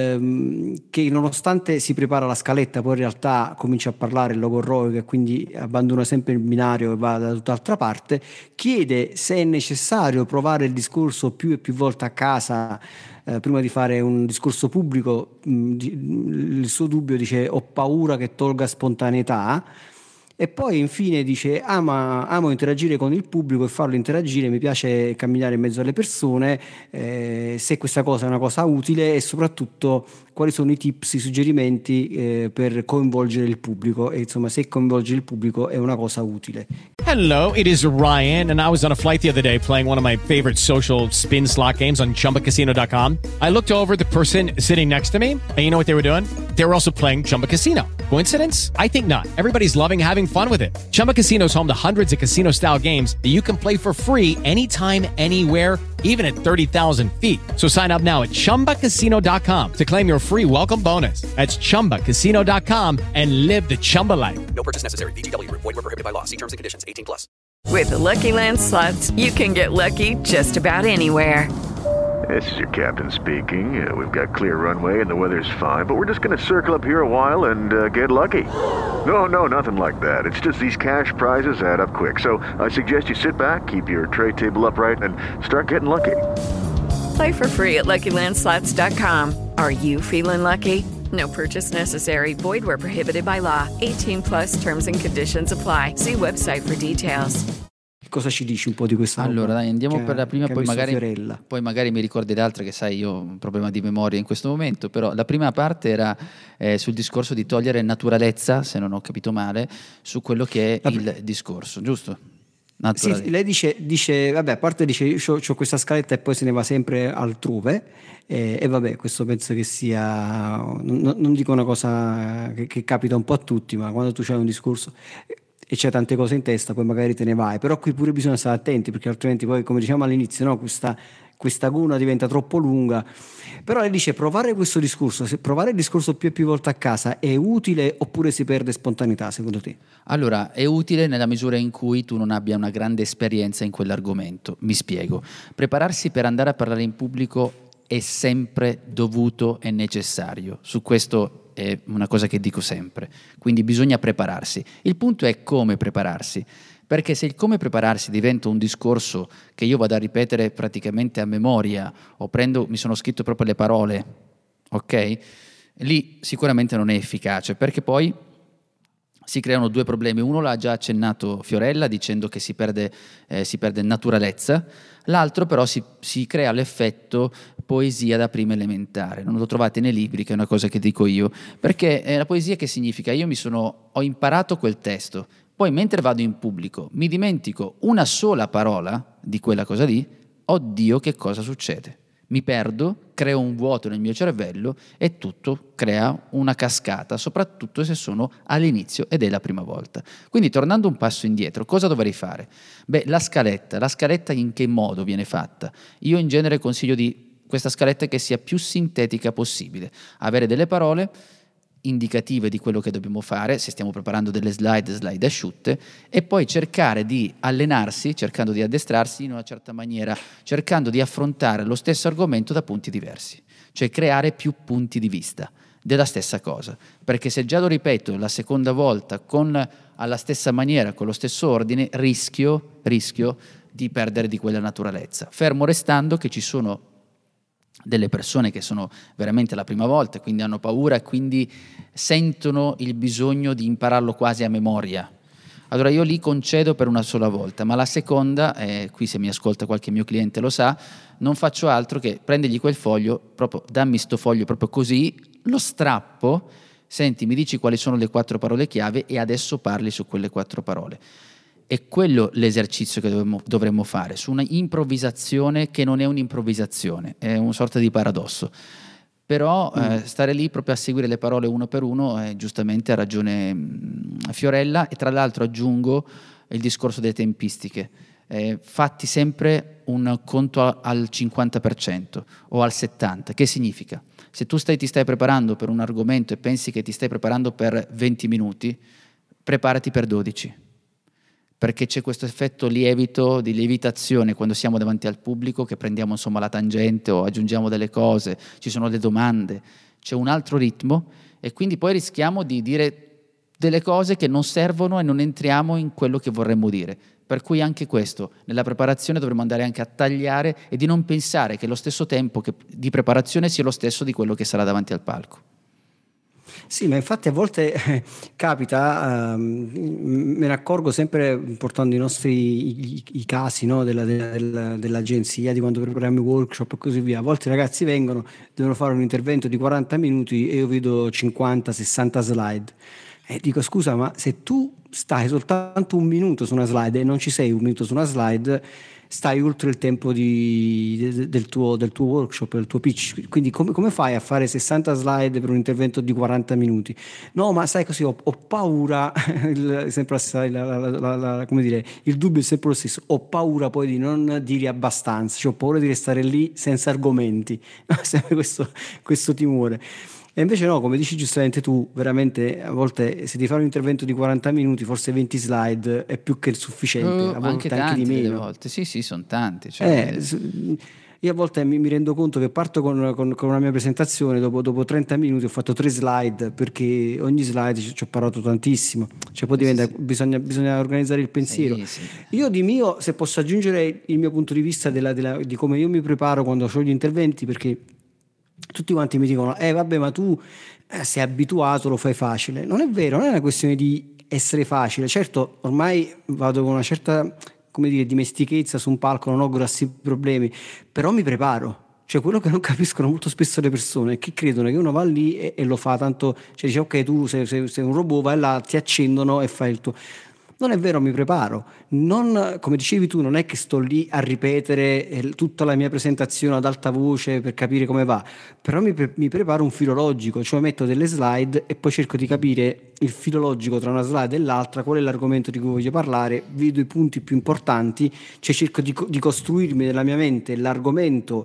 che nonostante si prepara la scaletta, poi in realtà comincia a parlare il logorroico e quindi abbandona sempre il binario e va da tutt'altra parte, chiede se è necessario provare il discorso più e più volte a casa prima di fare un discorso pubblico. Il suo dubbio, dice: ho paura che tolga spontaneità. E poi infine dice: amo interagire con il pubblico e farlo interagire, mi piace camminare in mezzo alle persone, se questa cosa è una cosa utile e soprattutto quali sono i tips, i suggerimenti per coinvolgere il pubblico e insomma se coinvolgere il pubblico è una cosa utile. Hello, it is Ryan, and I was on a flight the other day playing one of my favorite social spin slot games on ChumbaCasino.com. I looked over at the person sitting next to me, and you know what they were doing? They were also playing Chumba Casino. Coincidence? I think not. Everybody's loving having fun with it. Chumba Casino is home to hundreds of casino-style games that you can play for free anytime, anywhere, even at 30,000 feet. So sign up now at ChumbaCasino.com to claim your free welcome bonus. That's ChumbaCasino.com and live the Chumba life. No purchase necessary. VGW. Void where prohibited by law. See terms and conditions. 18+. With the Lucky Land Slots, you can get lucky just about anywhere. This is your captain speaking. We've got clear runway and the weather's fine, but we're just going to circle up here a while and get lucky. No, nothing like that. It's just these cash prizes add up quick. So I suggest you sit back, keep your tray table upright, and start getting lucky. Play for free at LuckyLandSlots.com. Are you feeling lucky? No purchase necessary. Void where prohibited by law. 18 plus terms and conditions apply. See website for details. Cosa ci dici un po' di questa roba? Allora, dai, andiamo per la prima, che ha poi messo magari, Fiorella? poi magari mi ricordi l'altra, che sai, io ho un problema di memoria in questo momento, però la prima parte era sul discorso di togliere naturalezza, se non ho capito male, su quello che è il discorso, giusto? Sì, lei dice, vabbè, a parte dice, io ho questa scaletta e poi se ne va sempre altrove, e vabbè, questo penso che sia, non dico una cosa che capita un po' a tutti, ma quando tu c'hai un discorso e c'è tante cose in testa, poi magari te ne vai, però qui pure bisogna stare attenti, perché altrimenti poi, come diciamo all'inizio, no, questa guna diventa troppo lunga. Però lei dice provare questo discorso, provare il discorso più volte a casa è utile oppure si perde spontaneità secondo te? Allora, è utile nella misura in cui tu non abbia una grande esperienza in quell'argomento. Mi spiego. Prepararsi per andare a parlare in pubblico è sempre dovuto e necessario. Su questo è una cosa che dico sempre. Quindi bisogna prepararsi. Il punto è come prepararsi. Perché se il come prepararsi diventa un discorso che io vado a ripetere praticamente a memoria, o mi sono scritto proprio le parole, ok? Lì sicuramente non è efficace, perché poi si creano due problemi. Uno l'ha già accennato Fiorella dicendo che si perde naturalezza, l'altro però si crea l'effetto poesia da prima elementare. Non lo trovate nei libri, che è una cosa che dico io, perché la poesia che significa? Ho imparato quel testo, poi mentre vado in pubblico mi dimentico una sola parola di quella cosa lì, oddio che cosa succede? Mi perdo, creo un vuoto nel mio cervello e tutto crea una cascata, soprattutto se sono all'inizio ed è la prima volta. Quindi tornando un passo indietro, cosa dovrei fare? Beh, la scaletta in che modo viene fatta? Io in genere consiglio di questa scaletta che sia più sintetica possibile, avere delle parole indicative di quello che dobbiamo fare, se stiamo preparando delle slide asciutte, e poi cercare di allenarsi, cercando di addestrarsi in una certa maniera, cercando di affrontare lo stesso argomento da punti diversi, cioè creare più punti di vista della stessa cosa, perché se già lo ripeto la seconda volta alla stessa maniera, con lo stesso ordine, rischio di perdere di quella naturalezza, fermo restando che ci sono delle persone che sono veramente la prima volta, quindi hanno paura e quindi sentono il bisogno di impararlo quasi a memoria. Allora io li concedo per una sola volta, ma la seconda, qui se mi ascolta qualche mio cliente lo sa, non faccio altro che prendergli quel foglio, proprio dammi sto foglio proprio così, lo strappo, senti, mi dici quali sono le 4 parole chiave e adesso parli su quelle 4 parole. È quello l'esercizio che dovremmo fare, su una improvvisazione che non è un'improvvisazione, è una sorta di paradosso. Però stare lì proprio a seguire le parole uno per uno, giustamente ha ragione Fiorella, e tra l'altro aggiungo il discorso delle tempistiche. Fatti sempre un conto al 50% o al 70%. Che significa? Se tu ti stai preparando per un argomento e pensi che ti stai preparando per 20 minuti, preparati per 12. Perché c'è questo effetto di lievitazione quando siamo davanti al pubblico, che prendiamo insomma la tangente o aggiungiamo delle cose, ci sono le domande, c'è un altro ritmo e quindi poi rischiamo di dire delle cose che non servono e non entriamo in quello che vorremmo dire. Per cui anche questo, nella preparazione dovremmo andare anche a tagliare e di non pensare che lo stesso tempo di preparazione sia lo stesso di quello che sarà davanti al palco. Sì, ma infatti a volte capita, me ne accorgo sempre portando i nostri i casi, no, dell'agenzia, di quando prepariamo i workshop e così via. A volte i ragazzi devono fare un intervento di 40 minuti e io vedo 50-60 slide. E dico, scusa, ma se tu stai soltanto un minuto su una slide e non ci sei un minuto su una slide, stai oltre il tempo del tuo workshop, del tuo pitch. Quindi come fai a fare 60 slide per un intervento di 40 minuti? No, ma sai così, ho paura, sempre come dire, il dubbio è sempre lo stesso, ho paura poi di non dire abbastanza, cioè ho paura di restare lì senza argomenti, sempre questo timore. E invece no, come dici giustamente tu, veramente a volte se ti fai un intervento di 40 minuti, forse 20 slide è più che sufficiente, a volte anche tanti, di meno. delle volte. Sì, sono tanti. Cioè... Io a volte mi rendo conto che parto con una mia presentazione, dopo 30 minuti ho fatto 3 slide, perché ogni slide ci ho parlato tantissimo, cioè poi bisogna organizzare il pensiero. Io di mio, se posso aggiungere il mio punto di vista di come io mi preparo quando ho gli interventi, perché tutti quanti mi dicono vabbè, ma tu sei abituato, lo fai facile. Non è vero, non è una questione di essere facile. Certo, ormai vado con una certa, come dire, dimestichezza su un palco, non ho grossi problemi, però mi preparo. Cioè, quello che non capiscono molto spesso le persone è che credono che uno va lì e lo fa tanto, cioè dice ok, tu sei un robot, vai là, ti accendono e fai il tuo. Non è vero, mi preparo. Non, come dicevi tu, non è che sto lì a ripetere tutta la mia presentazione ad alta voce per capire come va, però mi preparo un filo logico, cioè metto delle slide e poi cerco di capire il filo logico tra una slide e l'altra, qual è l'argomento di cui voglio parlare, vedo i punti più importanti, cioè cerco di costruirmi nella mia mente l'argomento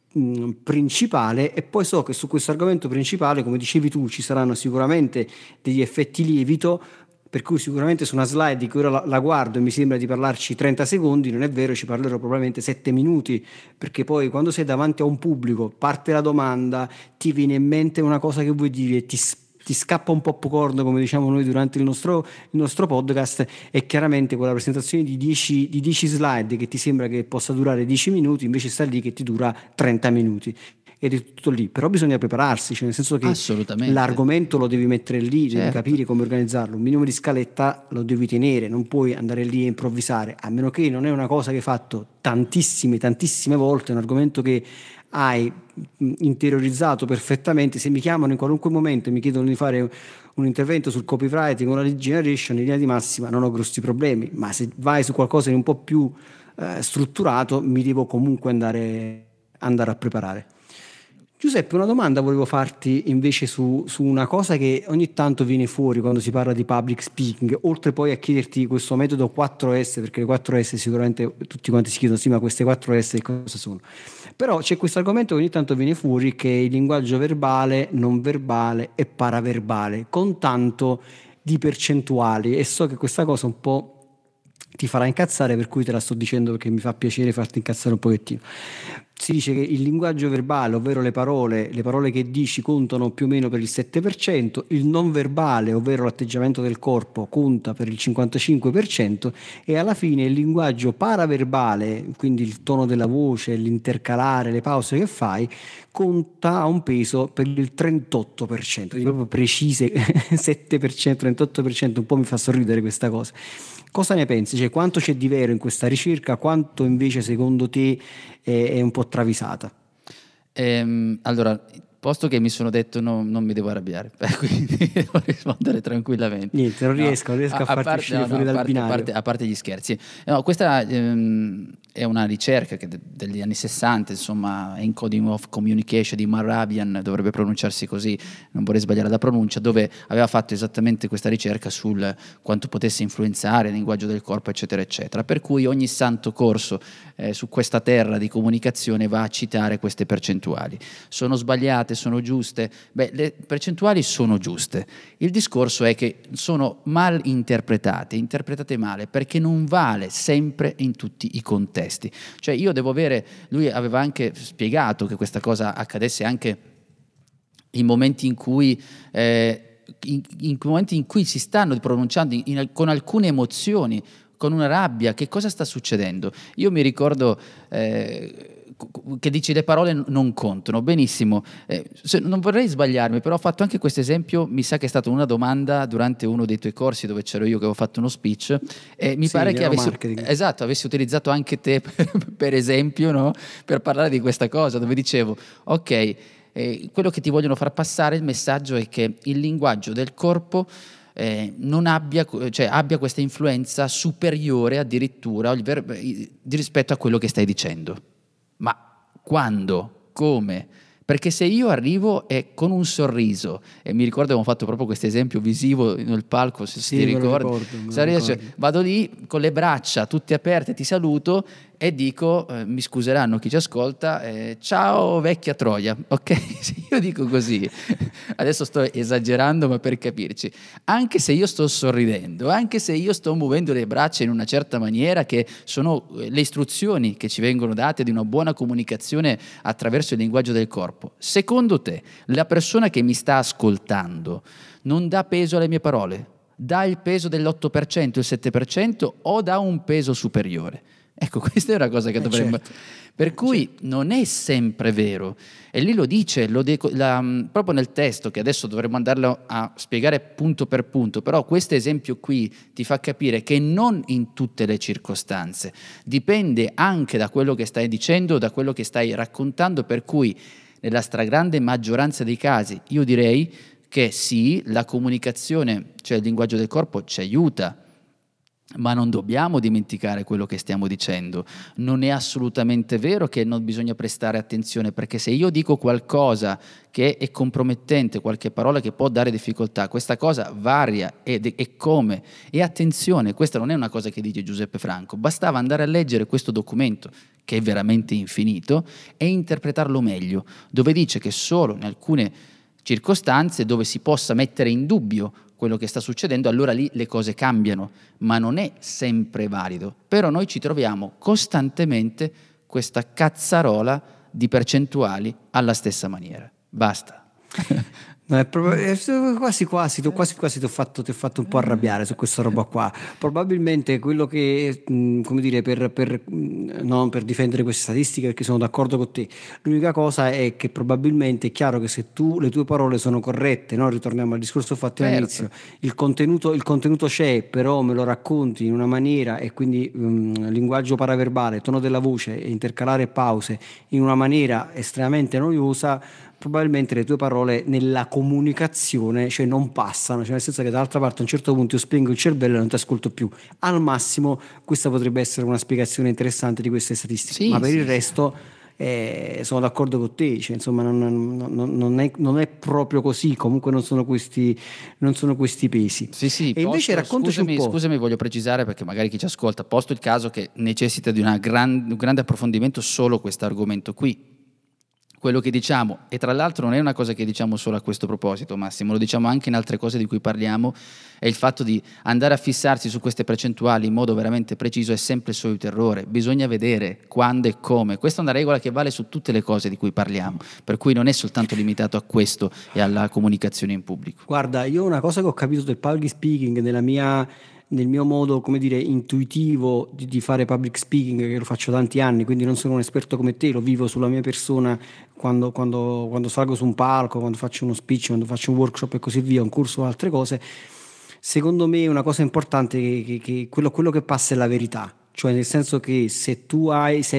principale, e poi so che su questo argomento principale, come dicevi tu, ci saranno sicuramente degli effetti lievito, per cui sicuramente su una slide di cui ora la guardo e mi sembra di parlarci 30 secondi, non è vero, ci parlerò probabilmente 7 minuti, perché poi quando sei davanti a un pubblico, parte la domanda, ti viene in mente una cosa che vuoi dire, ti scappa un popcorn, come diciamo noi durante il nostro podcast, e chiaramente quella presentazione di 10 slide che ti sembra che possa durare 10 minuti, invece sta lì che ti dura 30 minuti. Ed è tutto lì, però bisogna prepararsi, cioè nel senso che l'argomento lo devi mettere lì, devi capire come organizzarlo, un minimo di scaletta lo devi tenere, non puoi andare lì a improvvisare, a meno che non è una cosa che hai fatto tantissime volte, un argomento che hai interiorizzato perfettamente. Se mi chiamano in qualunque momento e mi chiedono di fare un intervento sul copywriting o la lead generation, in linea di massima non ho grossi problemi, ma se vai su qualcosa di un po' più strutturato, mi devo comunque andare a preparare. Giuseppe, una domanda volevo farti invece su una cosa che ogni tanto viene fuori quando si parla di public speaking, oltre poi a chiederti questo metodo 4S, perché le 4S sicuramente tutti quanti si chiedono sì, ma queste 4S che cosa sono? Però c'è questo argomento che ogni tanto viene fuori, che è il linguaggio verbale, non verbale e paraverbale, con tanto di percentuali, e so che questa cosa un po' ti farà incazzare, per cui te la sto dicendo perché mi fa piacere farti incazzare un pochettino. Si dice che il linguaggio verbale, ovvero le parole che dici, contano più o meno per il 7%, il non verbale, ovvero l'atteggiamento del corpo, conta per il 55%, e alla fine il linguaggio paraverbale, quindi il tono della voce, l'intercalare, le pause che fai, conta a un peso per il 38%, quindi proprio precise 7%, 38%, un po' mi fa sorridere questa cosa. Cosa ne pensi? Cioè, quanto c'è di vero in questa ricerca, quanto invece secondo te è un po' travisata? Allora, posto che mi sono detto non mi devo arrabbiare, quindi devo rispondere tranquillamente. Niente, non riesco a farti uscire fuori dal binario. A parte gli scherzi. No, questa è una ricerca che degli anni 60, insomma, Encoding of Communication di Mehrabian, dovrebbe pronunciarsi così, non vorrei sbagliare la pronuncia, dove aveva fatto esattamente questa ricerca sul quanto potesse influenzare il linguaggio del corpo, eccetera, eccetera. Per cui ogni santo corso su questa terra di comunicazione va a citare queste percentuali. Sono sbagliate? Sono giuste? Beh, le percentuali sono giuste. Il discorso è che sono mal interpretate male, perché non vale sempre in tutti i contesti. Cioè io devo avere, lui aveva anche spiegato che questa cosa accadesse anche in momenti in cui si stanno pronunciando con alcune emozioni, con una rabbia, che cosa sta succedendo? Io mi ricordo che dici le parole non contano, benissimo, non vorrei sbagliarmi, però ho fatto anche questo esempio, mi sa che è stata una domanda durante uno dei tuoi corsi dove c'ero io che avevo fatto uno speech, e mi pare che avessi utilizzato anche te per esempio, no? Per parlare di questa cosa, dove dicevo ok, quello che ti vogliono far passare, il messaggio è che il linguaggio del corpo non abbia questa influenza superiore addirittura rispetto a quello che stai dicendo. Ma quando? Come? Perché se io arrivo con un sorriso, e mi ricordo abbiamo fatto proprio questo esempio visivo nel palco, se ti ricordi, vado lì con le braccia tutte aperte, ti saluto, e dico, mi scuseranno chi ci ascolta, ciao vecchia Troia, ok? Se io dico così, adesso sto esagerando ma per capirci, anche se io sto sorridendo, anche se io sto muovendo le braccia in una certa maniera, che sono le istruzioni che ci vengono date di una buona comunicazione attraverso il linguaggio del corpo, secondo te la persona che mi sta ascoltando non dà peso alle mie parole? Dà il peso dell'8%, il 7% o dà un peso superiore? Ecco, questa è una cosa che dovremmo... Certo. Per cui non è sempre vero. E lì lo dice, proprio nel testo, che adesso dovremmo andarlo a spiegare punto per punto, però questo esempio qui ti fa capire che non in tutte le circostanze. Dipende anche da quello che stai dicendo, da quello che stai raccontando, per cui nella stragrande maggioranza dei casi io direi che sì, la comunicazione, cioè il linguaggio del corpo, ci aiuta, ma non dobbiamo dimenticare quello che stiamo dicendo. Non è assolutamente vero che non bisogna prestare attenzione, perché se io dico qualcosa che è compromettente, qualche parola che può dare difficoltà, questa cosa varia e come. E attenzione, questa non è una cosa che dice Giuseppe Franco, bastava andare a leggere questo documento, che è veramente infinito, e interpretarlo meglio, dove dice che solo in alcune circostanze dove si possa mettere in dubbio quello che sta succedendo, allora lì le cose cambiano, ma non è sempre valido. Però noi ci troviamo costantemente questa cazzarola di percentuali alla stessa maniera. Basta. No, è proprio, quasi ti ho fatto un po' arrabbiare su questa roba qua. Probabilmente quello che, come dire, non per difendere queste statistiche, perché sono d'accordo con te, l'unica cosa è che probabilmente è chiaro che se le tue parole sono corrette, no? Ritorniamo al discorso fatto all'inizio, il contenuto c'è, però me lo racconti in una maniera, e quindi linguaggio paraverbale, tono della voce, intercalare pause in una maniera estremamente noiosa, probabilmente le tue parole nella comunicazione, cioè, non passano, cioè nel senso che dall'altra parte a un certo punto io spengo il cervello e non ti ascolto più. Al massimo questa potrebbe essere una spiegazione interessante di queste statistiche, sì, ma per sì, il resto sono d'accordo con te, cioè, insomma non è proprio così, comunque non sono questi pesi. Sì, e invece raccontaci un po'. Scusami, voglio precisare, perché magari chi ci ascolta, posto il caso che necessita di un grande approfondimento solo questo argomento qui. Quello che diciamo, e tra l'altro non è una cosa che diciamo solo a questo proposito, Massimo, lo diciamo anche in altre cose di cui parliamo, è il fatto di andare a fissarsi su queste percentuali in modo veramente preciso è sempre il solito errore. Bisogna vedere quando e come. Questa è una regola che vale su tutte le cose di cui parliamo, per cui non è soltanto limitato a questo e alla comunicazione in pubblico. Guarda, io una cosa che ho capito del public speaking nel mio modo, come dire, intuitivo di fare public speaking, che lo faccio tanti anni, quindi non sono un esperto come te, lo vivo sulla mia persona quando salgo su un palco, quando faccio uno speech, quando faccio un workshop e così via, un corso o altre cose. Secondo me una cosa importante è che quello che passa è la verità. Cioè, nel senso che se tu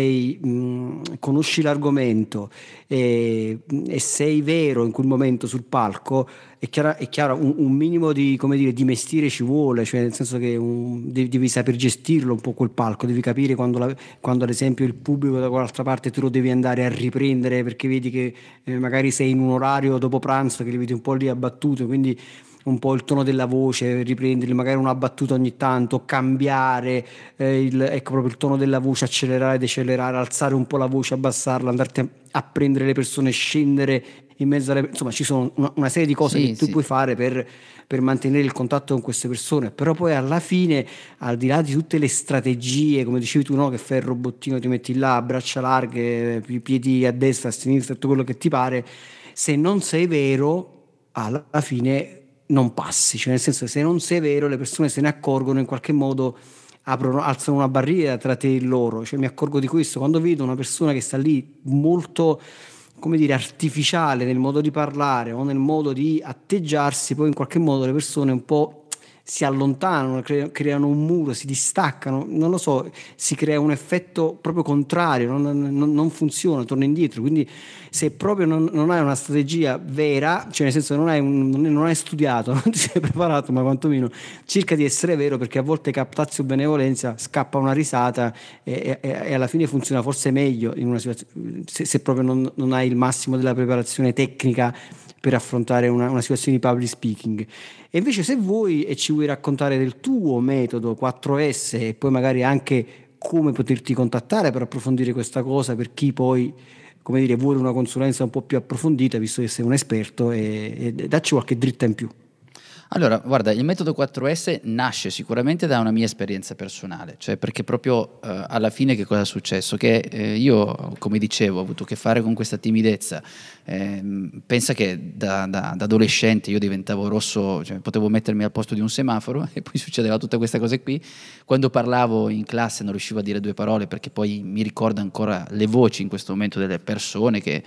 conosci l'argomento e sei vero in quel momento sul palco, è chiaro un minimo di, come dire, di mestiere ci vuole, cioè nel senso che devi saper gestirlo un po' quel palco, devi capire quando ad esempio il pubblico da quell'altra parte tu lo devi andare a riprendere, perché vedi che magari sei in un orario dopo pranzo che li vedi un po' lì abbattuto, quindi un po' il tono della voce, riprenderli, magari una battuta ogni tanto, cambiare ecco proprio il tono della voce, accelerare, decelerare, alzare un po' la voce, abbassarla, andarti a prendere le persone, scendere in mezzo alle... Insomma, ci sono una serie di cose che tu puoi fare per mantenere il contatto con queste persone, però poi alla fine, al di là di tutte le strategie, come dicevi tu, no, che fai il robottino, ti metti là, braccia larghe, piedi a destra, a sinistra, tutto quello che ti pare, se non sei vero, alla fine non passi, cioè nel senso che se non sei vero le persone se ne accorgono, in qualche modo alzano una barriera tra te e loro. Cioè mi accorgo di questo quando vedo una persona che sta lì molto, come dire, artificiale nel modo di parlare o nel modo di atteggiarsi, poi in qualche modo le persone un po' si allontanano, creano un muro, si distaccano, non lo so, si crea un effetto proprio contrario, non funziona, torna indietro. Quindi se proprio non hai una strategia vera, cioè nel senso non hai studiato, non ti sei preparato, ma quantomeno cerca di essere vero, perché a volte captatio benevolenza, scappa una risata e alla fine funziona forse meglio in una situazione, se proprio non hai il massimo della preparazione tecnica per affrontare una situazione di public speaking. E invece se vuoi e ci vuoi raccontare del tuo metodo 4S e poi magari anche come poterti contattare per approfondire questa cosa, per chi poi, come dire, vuole una consulenza un po' più approfondita, visto che sei un esperto, e dacci qualche dritta in più. Allora, guarda, il metodo 4S nasce sicuramente da una mia esperienza personale, cioè perché proprio alla fine che cosa è successo? Che io, come dicevo, ho avuto a che fare con questa timidezza. Pensa che da adolescente io diventavo rosso, cioè potevo mettermi al posto di un semaforo e poi succedeva tutta questa cosa qui. Quando parlavo in classe non riuscivo a dire 2 parole, perché poi mi ricordo ancora le voci in questo momento delle persone che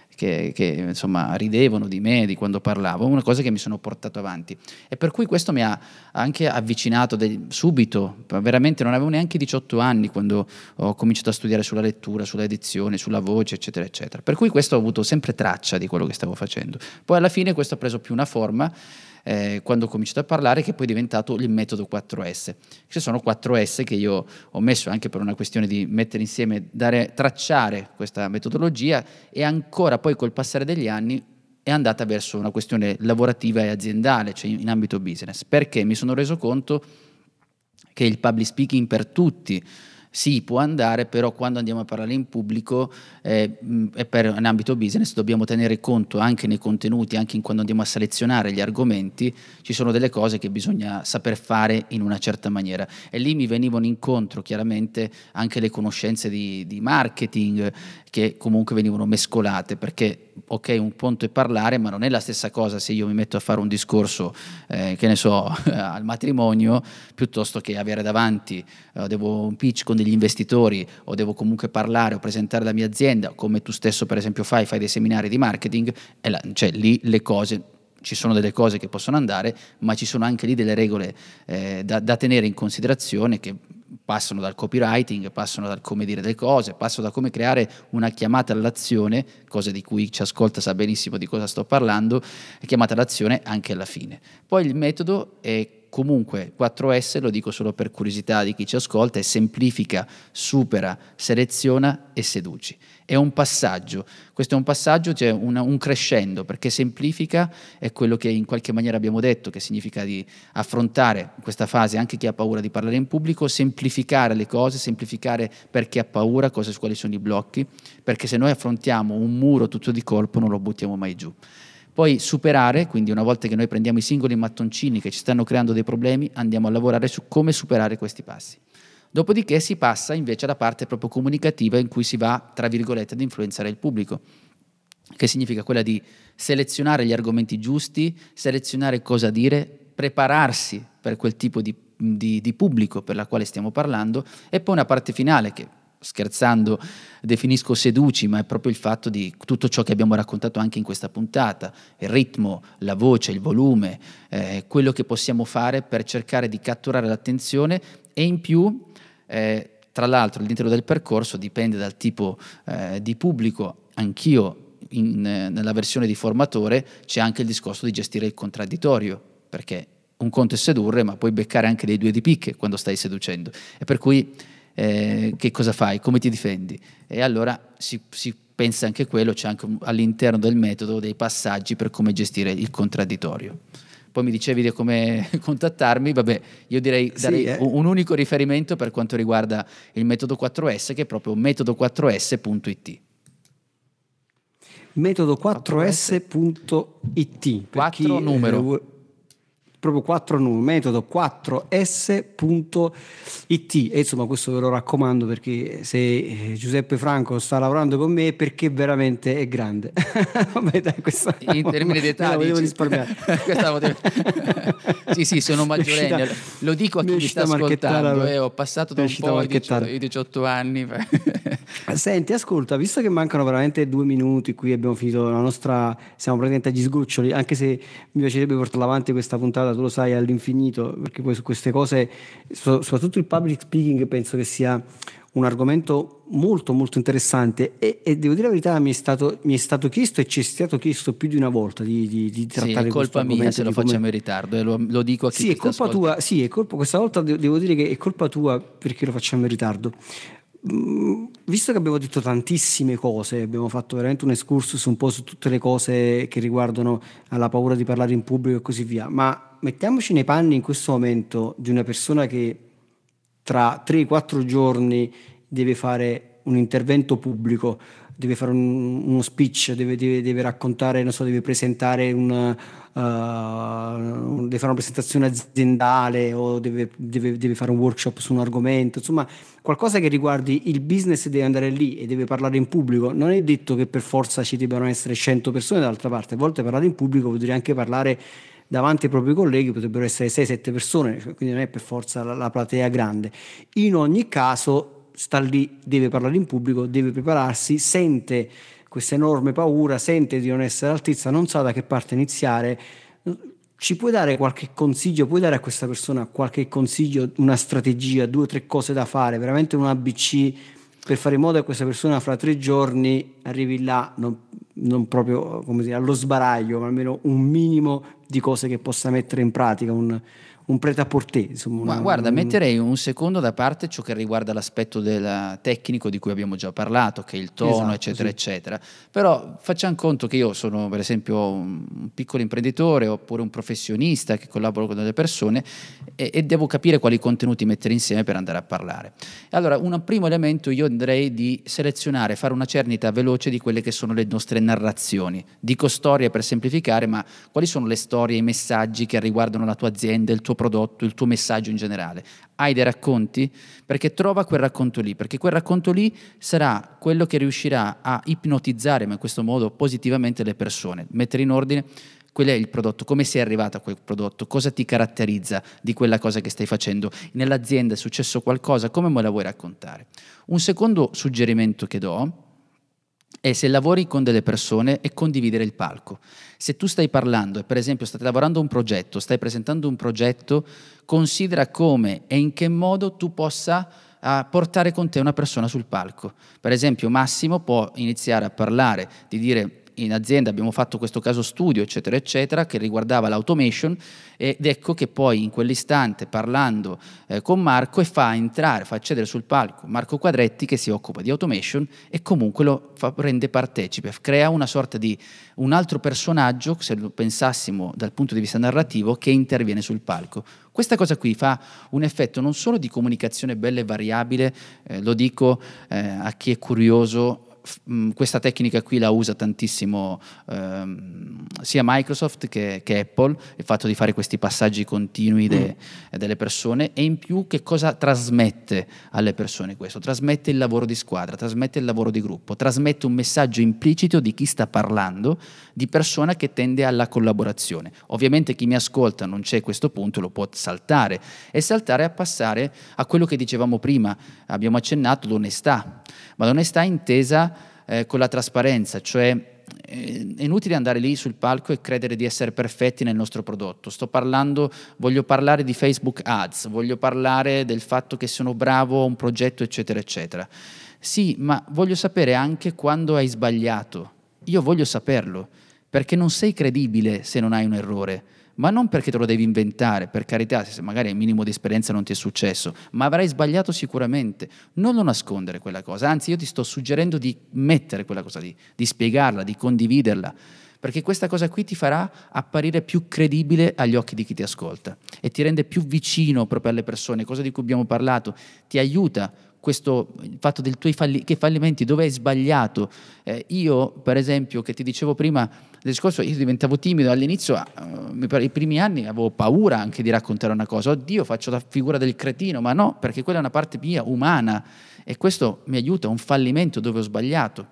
insomma ridevano di me, di quando parlavo, una cosa che mi sono portato avanti, e per cui questo mi ha anche avvicinato subito. Veramente non avevo neanche 18 anni quando ho cominciato a studiare sulla lettura, sulla edizione, sulla voce, eccetera eccetera, per cui questo ho avuto sempre traccia di quello che stavo facendo. Poi alla fine questo ha preso più una forma quando ho cominciato a parlare, che poi è diventato il metodo 4S. Ci sono 4S che io ho messo anche per una questione di mettere insieme, tracciare questa metodologia, e ancora poi col passare degli anni è andata verso una questione lavorativa e aziendale, cioè in ambito business, perché mi sono reso conto che il public speaking per tutti sì, può andare, però quando andiamo a parlare in pubblico e in ambito business dobbiamo tenere conto anche nei contenuti, anche quando andiamo a selezionare gli argomenti, ci sono delle cose che bisogna saper fare in una certa maniera, e lì mi venivano incontro chiaramente anche le conoscenze di marketing, che comunque venivano mescolate, perché ok, un conto è parlare, ma non è la stessa cosa se io mi metto a fare un discorso che ne so al matrimonio, piuttosto che avere davanti devo un pitch con degli investitori, o devo comunque parlare o presentare la mia azienda, come tu stesso per esempio fai dei seminari di marketing, cioè lì le cose, ci sono delle cose che possono andare, ma ci sono anche lì delle regole da tenere in considerazione, che passano dal copywriting, passano dal come dire le cose, passano da come creare una chiamata all'azione, cosa di cui chi ci ascolta sa benissimo di cosa sto parlando, chiamata all'azione anche alla fine. Poi il metodo è comunque 4S, lo dico solo per curiosità di chi ci ascolta, è semplifica, supera, seleziona e seduci. È un passaggio, questo è un passaggio, cioè un crescendo, perché semplifica è quello che in qualche maniera abbiamo detto, che significa di affrontare questa fase anche chi ha paura di parlare in pubblico, semplificare le cose, semplificare per chi ha paura, quali sono i blocchi, perché se noi affrontiamo un muro tutto di colpo non lo buttiamo mai giù. Poi superare, quindi una volta che noi prendiamo i singoli mattoncini che ci stanno creando dei problemi, andiamo a lavorare su come superare questi passi. Dopodiché si passa invece alla parte proprio comunicativa, in cui si va, tra virgolette, ad influenzare il pubblico, che significa quella di selezionare gli argomenti giusti, selezionare cosa dire, prepararsi per quel tipo di pubblico per la quale stiamo parlando, e poi una parte finale che, scherzando, definisco seduci, ma è proprio il fatto di tutto ciò che abbiamo raccontato anche in questa puntata, il ritmo, la voce, il volume, quello che possiamo fare per cercare di catturare l'attenzione, e in più tra l'altro all'interno del percorso dipende dal tipo di pubblico. Anch'io nella versione di formatore c'è anche il discorso di gestire il contraddittorio, perché un conto è sedurre, ma puoi beccare anche dei 2 di picche quando stai seducendo, e per cui che cosa fai, come ti difendi, e allora si pensa anche quello, c'è anche all'interno del metodo dei passaggi per come gestire il contraddittorio. Poi mi dicevi di come contattarmi, vabbè, io darei un unico riferimento per quanto riguarda il metodo 4S, che è proprio metodo4s.it. Metodo 4s.it. 4 numero. Proprio 4 numeri, metodo 4s.it, e insomma questo ve lo raccomando, perché se Giuseppe Franco sta lavorando con me è perché veramente è grande. Vabbè, dai, questa in termini di età volevo risparmiare. sì, sono maggiorenne, lo dico a chi mi sta ascoltando, ho passato da un po' i 18 anni. Senti, ascolta, visto che mancano veramente 2 minuti, qui abbiamo finito la nostra, siamo praticamente agli sgoccioli, anche se mi piacerebbe portare avanti questa puntata, tu lo sai, all'infinito, perché poi su queste cose, soprattutto il public speaking, penso che sia un argomento molto molto interessante, e devo dire la verità, mi è stato chiesto, e ci è stato chiesto più di una volta di trattare questo argomento. Sì, è colpa mia se lo facciamo in ritardo, e lo dico a chi è colpa tua, sì, è colpa, questa volta devo dire che è colpa tua perché lo facciamo in ritardo. Visto che abbiamo detto tantissime cose, abbiamo fatto veramente un excursus un po' su tutte le cose che riguardano la paura di parlare in pubblico e così via, ma mettiamoci nei panni in questo momento di una persona che tra 3-4 giorni deve fare un intervento pubblico, deve fare uno speech, deve raccontare, non so, deve presentare deve fare una presentazione aziendale o deve fare un workshop su un argomento, insomma qualcosa che riguardi il business, deve andare lì e deve parlare in pubblico. Non è detto che per forza ci debbano essere 100 persone dall'altra parte, a volte parlare in pubblico vuol dire anche parlare davanti ai propri colleghi, potrebbero essere 6-7 persone, quindi non è per forza la platea grande. In ogni caso sta lì, deve parlare in pubblico, deve prepararsi, sente questa enorme paura, sente di non essere all'altezza, non sa da che parte iniziare. Ci puoi dare qualche consiglio? Puoi dare a questa persona qualche consiglio, una strategia, 2 o 3 cose da fare, veramente un ABC per fare in modo che questa persona fra 3 giorni arrivi là, non proprio, come dire, allo sbaraglio, ma almeno un minimo di cose che possa mettere in pratica, un prêt-à-porter, insomma. Guarda, metterei un secondo da parte ciò che riguarda l'aspetto del tecnico di cui abbiamo già parlato, che è il tono, esatto, eccetera, sì. eccetera. Però facciamo conto che io sono, per esempio, un piccolo imprenditore oppure un professionista che collaboro con delle persone e devo capire quali contenuti mettere insieme per andare a parlare. Allora, un primo elemento io andrei di selezionare, fare una cernita veloce di quelle che sono le nostre narrazioni. Dico storie per semplificare, ma quali sono le storie, i messaggi che riguardano la tua azienda, il tuo prodotto, il tuo messaggio in generale? Hai dei racconti? Perché trova quel racconto lì, perché quel racconto lì sarà quello che riuscirà a ipnotizzare, ma in questo modo positivamente, le persone, mettere in ordine qual è il prodotto, come sei arrivato a quel prodotto, cosa ti caratterizza di quella cosa che stai facendo, nell'azienda è successo qualcosa, come me la vuoi raccontare? Un secondo suggerimento che do è, se lavori con delle persone, è condividere il palco. Se tu stai parlando e per esempio state lavorando un progetto, stai presentando un progetto, considera come e in che modo tu possa portare con te una persona sul palco. Per esempio Massimo può iniziare a parlare, di dire: in azienda abbiamo fatto questo caso studio, eccetera, eccetera, che riguardava l'automation, ed ecco che poi in quell'istante, parlando con Marco, e fa accedere sul palco Marco Quadretti, che si occupa di automation e comunque lo rende partecipe, crea una sorta di un altro personaggio, se lo pensassimo dal punto di vista narrativo, che interviene sul palco. Questa cosa qui fa un effetto non solo di comunicazione bella e variabile, lo dico a chi è curioso. Questa tecnica qui la usa tantissimo sia Microsoft che Apple, il fatto di fare questi passaggi continui delle persone. E in più, che cosa trasmette alle persone questo? Trasmette il lavoro di squadra, trasmette il lavoro di gruppo, trasmette un messaggio implicito di chi sta parlando, di persona che tende alla collaborazione. Ovviamente chi mi ascolta non c'è questo punto, lo può saltare a passare a quello che dicevamo prima, abbiamo accennato, l'onestà, ma l'onestà intesa con la trasparenza, cioè è inutile andare lì sul palco e credere di essere perfetti nel nostro prodotto. Voglio parlare di Facebook Ads, voglio parlare del fatto che sono bravo a un progetto, eccetera, eccetera. Sì, ma voglio sapere anche quando hai sbagliato. Io voglio saperlo, perché non sei credibile se non hai un errore. Ma non perché te lo devi inventare, per carità, se magari hai un minimo di esperienza non ti è successo, ma avrai sbagliato sicuramente. Non lo nascondere quella cosa, anzi io ti sto suggerendo di mettere quella cosa lì, di spiegarla, di condividerla, perché questa cosa qui ti farà apparire più credibile agli occhi di chi ti ascolta e ti rende più vicino proprio alle persone, cosa di cui abbiamo parlato, ti aiuta. Il fatto dei tuoi fallimenti, dove hai sbagliato. Io, per esempio, che ti dicevo prima del discorso, io diventavo timido all'inizio, per i primi anni avevo paura anche di raccontare una cosa. Oddio, faccio la figura del cretino, ma no, perché quella è una parte mia, umana, e questo mi aiuta, un fallimento dove ho sbagliato.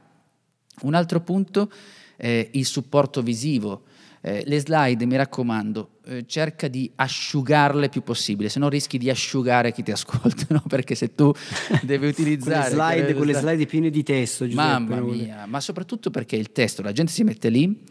Un altro punto è il supporto visivo. Le slide, mi raccomando, cerca di asciugarle più possibile, se no rischi di asciugare chi ti ascolta, no? Perché se tu devi utilizzare quelle slide piene di testo, Giuseppe, mamma mia, ma soprattutto perché il testo, la gente si mette lì,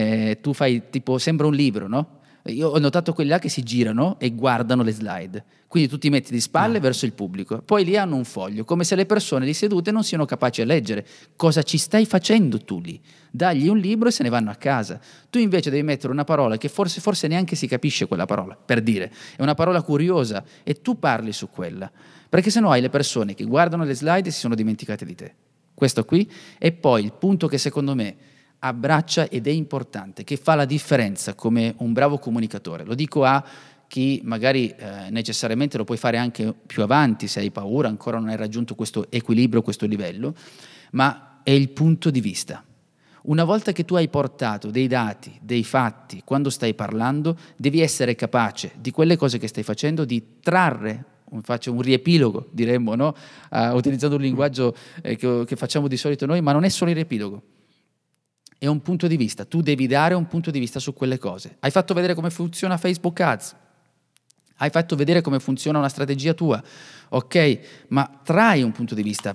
tu fai tipo, sembra un libro, no? Io ho notato quelli là che si girano e guardano le slide, quindi tu ti metti di spalle verso il pubblico, poi lì hanno un foglio, come se le persone lì sedute non siano capaci a leggere. Cosa ci stai facendo tu lì? Dagli un libro e se ne vanno a casa. Tu invece devi mettere una parola che forse neanche si capisce quella parola, per dire, è una parola curiosa, e tu parli su quella, perché sennò hai le persone che guardano le slide e si sono dimenticate di te. Questo qui. E poi il punto che secondo me abbraccia ed è importante, che fa la differenza come un bravo comunicatore, lo dico a chi magari necessariamente lo puoi fare anche più avanti se hai paura, ancora non hai raggiunto questo equilibrio, questo livello, ma è il punto di vista. Una volta che tu hai portato dei dati, dei fatti, quando stai parlando, devi essere capace di quelle cose che stai facendo di trarre, faccio un riepilogo, diremmo, no? Utilizzando un linguaggio che facciamo di solito noi, ma non è solo il riepilogo, è un punto di vista. Tu devi dare un punto di vista su quelle cose. Hai fatto vedere come funziona Facebook Ads, hai fatto vedere come funziona una strategia tua, ok, ma trai un punto di vista,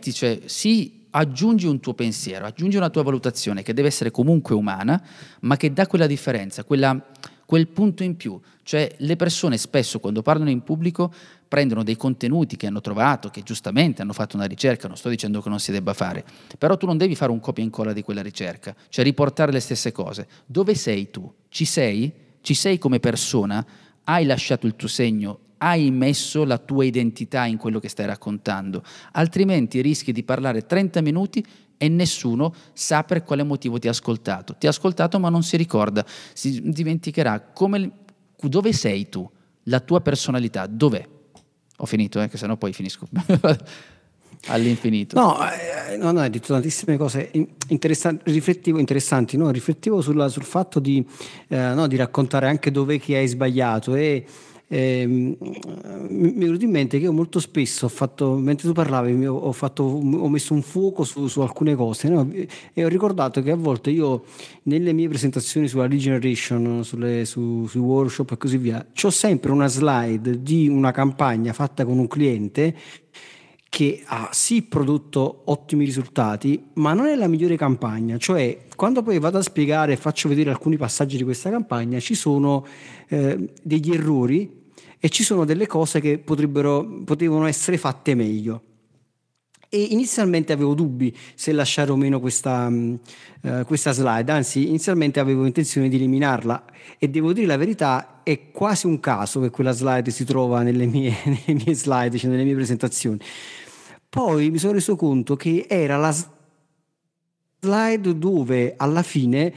aggiungi un tuo pensiero, aggiungi una tua valutazione che deve essere comunque umana, ma che dà quella differenza, quel punto in più. Cioè le persone spesso quando parlano in pubblico prendono dei contenuti che hanno trovato, che giustamente hanno fatto una ricerca, non sto dicendo che non si debba fare, però tu non devi fare un copia e incolla di quella ricerca, cioè riportare le stesse cose. Dove sei tu? Ci sei? Ci sei come persona? Hai lasciato il tuo segno? Hai messo la tua identità in quello che stai raccontando, altrimenti rischi di parlare 30 minuti e nessuno sa per quale motivo ti ha ascoltato. Ti ha ascoltato ma non si ricorda, si dimenticherà. Dove sei tu? La tua personalità, dov'è? Ho finito, che sennò poi finisco all'infinito. No, hai detto tantissime cose interessanti, riflettevo sul fatto di raccontare anche dove che hai sbagliato mi è venuto in mente che io molto spesso mentre tu parlavi ho messo un fuoco su alcune cose, no? E ho ricordato che a volte io nelle mie presentazioni sulla lead generation, sui workshop e così via, c'ho sempre una slide di una campagna fatta con un cliente che ha sì prodotto ottimi risultati, ma non è la migliore campagna. Cioè, quando poi vado a spiegare e faccio vedere alcuni passaggi di questa campagna, ci sono degli errori e ci sono delle cose che potevano essere fatte meglio. E inizialmente avevo dubbi se lasciare o meno questa slide, anzi inizialmente avevo intenzione di eliminarla, e devo dire la verità, è quasi un caso che quella slide si trova nelle mie slide, cioè nelle mie presentazioni. Poi mi sono reso conto che era la slide dove alla fine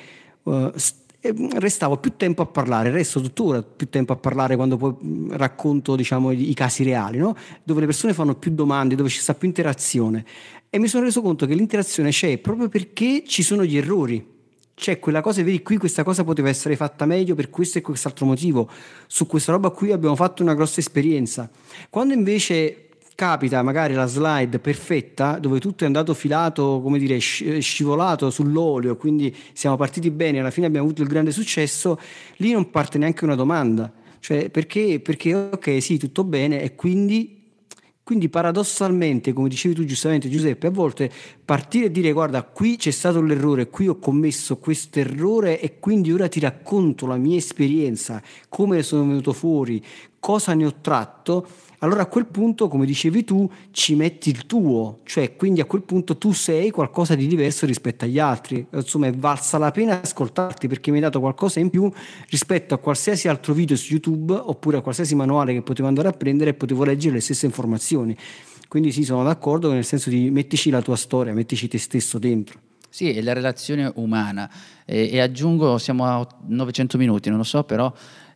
restavo più tempo a parlare, resto tuttora più tempo a parlare quando poi racconto, diciamo, i casi reali, no? Dove le persone fanno più domande, dove ci sta più interazione, e mi sono reso conto che l'interazione c'è proprio perché ci sono gli errori. C'è quella cosa, vedi qui, questa cosa poteva essere fatta meglio per questo e quest'altro motivo, su questa roba qui abbiamo fatto una grossa esperienza. Quando invece capita magari la slide perfetta dove tutto è andato filato, come dire, scivolato sull'olio, quindi siamo partiti bene, alla fine abbiamo avuto il grande successo, lì non parte neanche una domanda, cioè perché ok, sì, tutto bene, e quindi paradossalmente, come dicevi tu giustamente Giuseppe, a volte partire e dire guarda, qui c'è stato l'errore, qui ho commesso questo errore e quindi ora ti racconto la mia esperienza, come ne sono venuto fuori, cosa ne ho tratto. Allora a quel punto, come dicevi tu, ci metti il tuo, cioè quindi a quel punto tu sei qualcosa di diverso rispetto agli altri. Insomma, è valsa la pena ascoltarti perché mi hai dato qualcosa in più rispetto a qualsiasi altro video su YouTube oppure a qualsiasi manuale che potevo andare a prendere e potevo leggere le stesse informazioni. Quindi sì, sono d'accordo nel senso di mettici la tua storia, mettici te stesso dentro. Sì, è la relazione umana. E aggiungo, siamo a 900 minuti, non lo so, però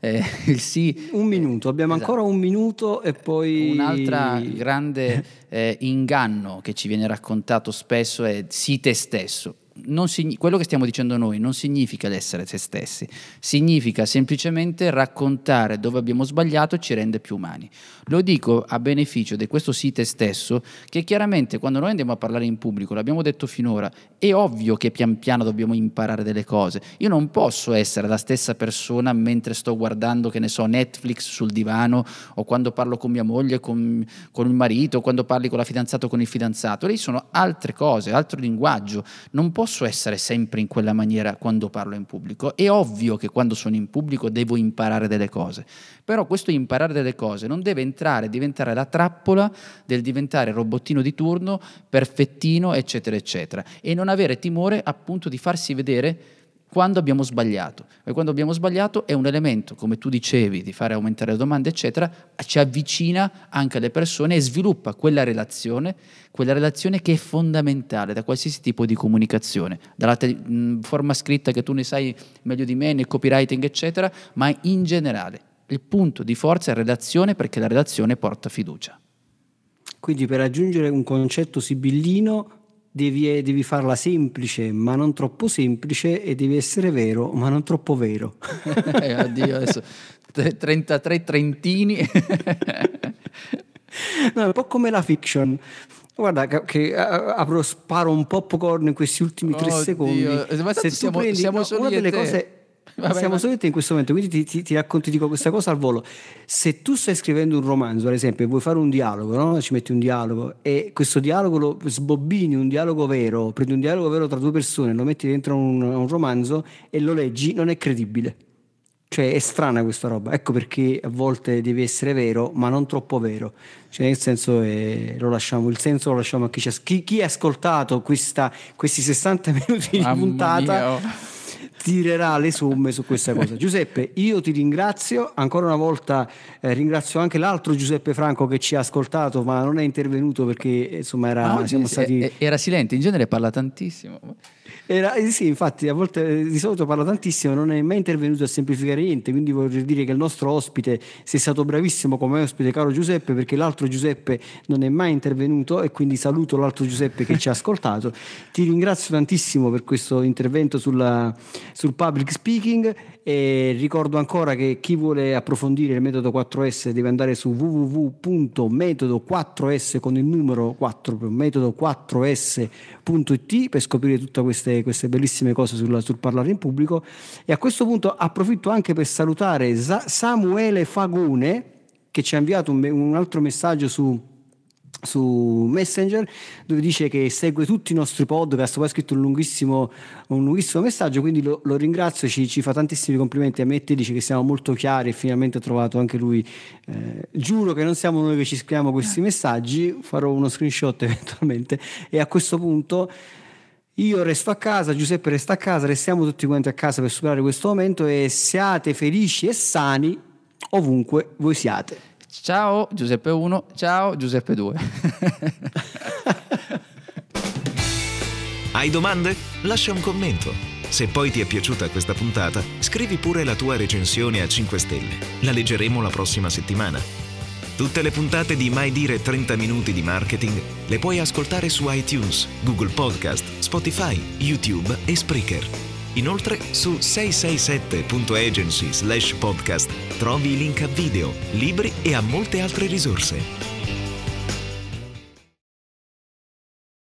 sì. Un minuto, abbiamo ancora un minuto e poi... Un'altra grande inganno che ci viene raccontato spesso è sii te stesso. Quello che stiamo dicendo noi non significa l'essere se stessi, significa semplicemente raccontare dove abbiamo sbagliato e ci rende più umani. Lo dico a beneficio di questo sii te stesso, che chiaramente quando noi andiamo a parlare in pubblico, l'abbiamo detto finora, è ovvio che pian piano dobbiamo imparare delle cose. Io non posso essere la stessa persona mentre sto guardando, che ne so, Netflix sul divano, o quando parlo con mia moglie, con il marito, o quando parli con la fidanzata o con il fidanzato. Lì sono altre cose, altro linguaggio. Non posso essere sempre in quella maniera quando parlo in pubblico. È ovvio che quando sono in pubblico devo imparare delle cose, però questo imparare delle cose non deve diventare la trappola del diventare robottino di turno, perfettino, eccetera eccetera, e non avere timore appunto di farsi vedere quando abbiamo sbagliato. E quando abbiamo sbagliato è un elemento, come tu dicevi, di fare aumentare le domande eccetera, ci avvicina anche alle persone e sviluppa quella relazione che è fondamentale da qualsiasi tipo di comunicazione, dalla forma scritta che tu ne sai meglio di me, nel copywriting eccetera, ma in generale Il punto di forza è redazione, perché la redazione porta fiducia. Quindi per raggiungere un concetto sibillino devi farla semplice ma non troppo semplice, e devi essere vero ma non troppo vero. Addio, adesso 33 trentini. No, è un po' come la fiction. Guarda che sparo un popcorn in questi ultimi 3 secondi. Ma se siamo solo una delle cose... Siamo solamente in questo momento, quindi ti racconti, dico questa cosa al volo. Se tu stai scrivendo un romanzo, ad esempio, e vuoi fare un dialogo, no? Ci metti un dialogo e questo dialogo lo sbobbini, un dialogo vero, prendi un dialogo vero tra 2 persone, lo metti dentro un romanzo e lo leggi, non è credibile. Cioè è strana questa roba. Ecco perché a volte devi essere vero ma non troppo vero, cioè nel senso il senso lo lasciamo a chi ha ascoltato questi 60 minuti di puntata tirerà le somme su questa cosa. Giuseppe, io ti ringrazio ancora una volta, ringrazio anche l'altro Giuseppe Franco che ci ha ascoltato ma non è intervenuto perché insomma era silente, in genere parla tantissimo. Sì, infatti a volte di solito parla tantissimo, non è mai intervenuto a semplificare niente, quindi voglio dire che il nostro ospite sei stato bravissimo come ospite, caro Giuseppe, perché l'altro Giuseppe non è mai intervenuto, e quindi saluto l'altro Giuseppe che ci ha ascoltato. Ti ringrazio tantissimo per questo intervento sul public speaking, e ricordo ancora che chi vuole approfondire il metodo 4S deve andare su www.metodo4s con il numero 4, metodo4s.it, per scoprire tutte queste bellissime cose sul parlare in pubblico. E a questo punto approfitto anche per salutare Samuele Fagone, che ci ha inviato un altro messaggio su Messenger, dove dice che segue tutti i nostri podcast, poi ha scritto un lunghissimo messaggio, quindi lo ringrazio, ci fa tantissimi complimenti a me e te, dice che siamo molto chiari e finalmente ha trovato anche lui. Giuro che non siamo noi che ci scriviamo questi messaggi, farò uno screenshot eventualmente. E a questo punto io resto a casa, Giuseppe resta a casa, restiamo tutti quanti a casa per superare questo momento, e siate felici e sani ovunque voi siate. Ciao Giuseppe 1, ciao Giuseppe 2. Hai domande? Lascia un commento. Se poi ti è piaciuta questa puntata, scrivi pure la tua recensione a 5 stelle. La leggeremo la prossima settimana. Tutte le puntate di Mai Dire 30 Minuti di Marketing le puoi ascoltare su iTunes, Google Podcast, Spotify, YouTube e Spreaker. Inoltre su 667.agency/podcast trovi i link a video, libri e a molte altre risorse.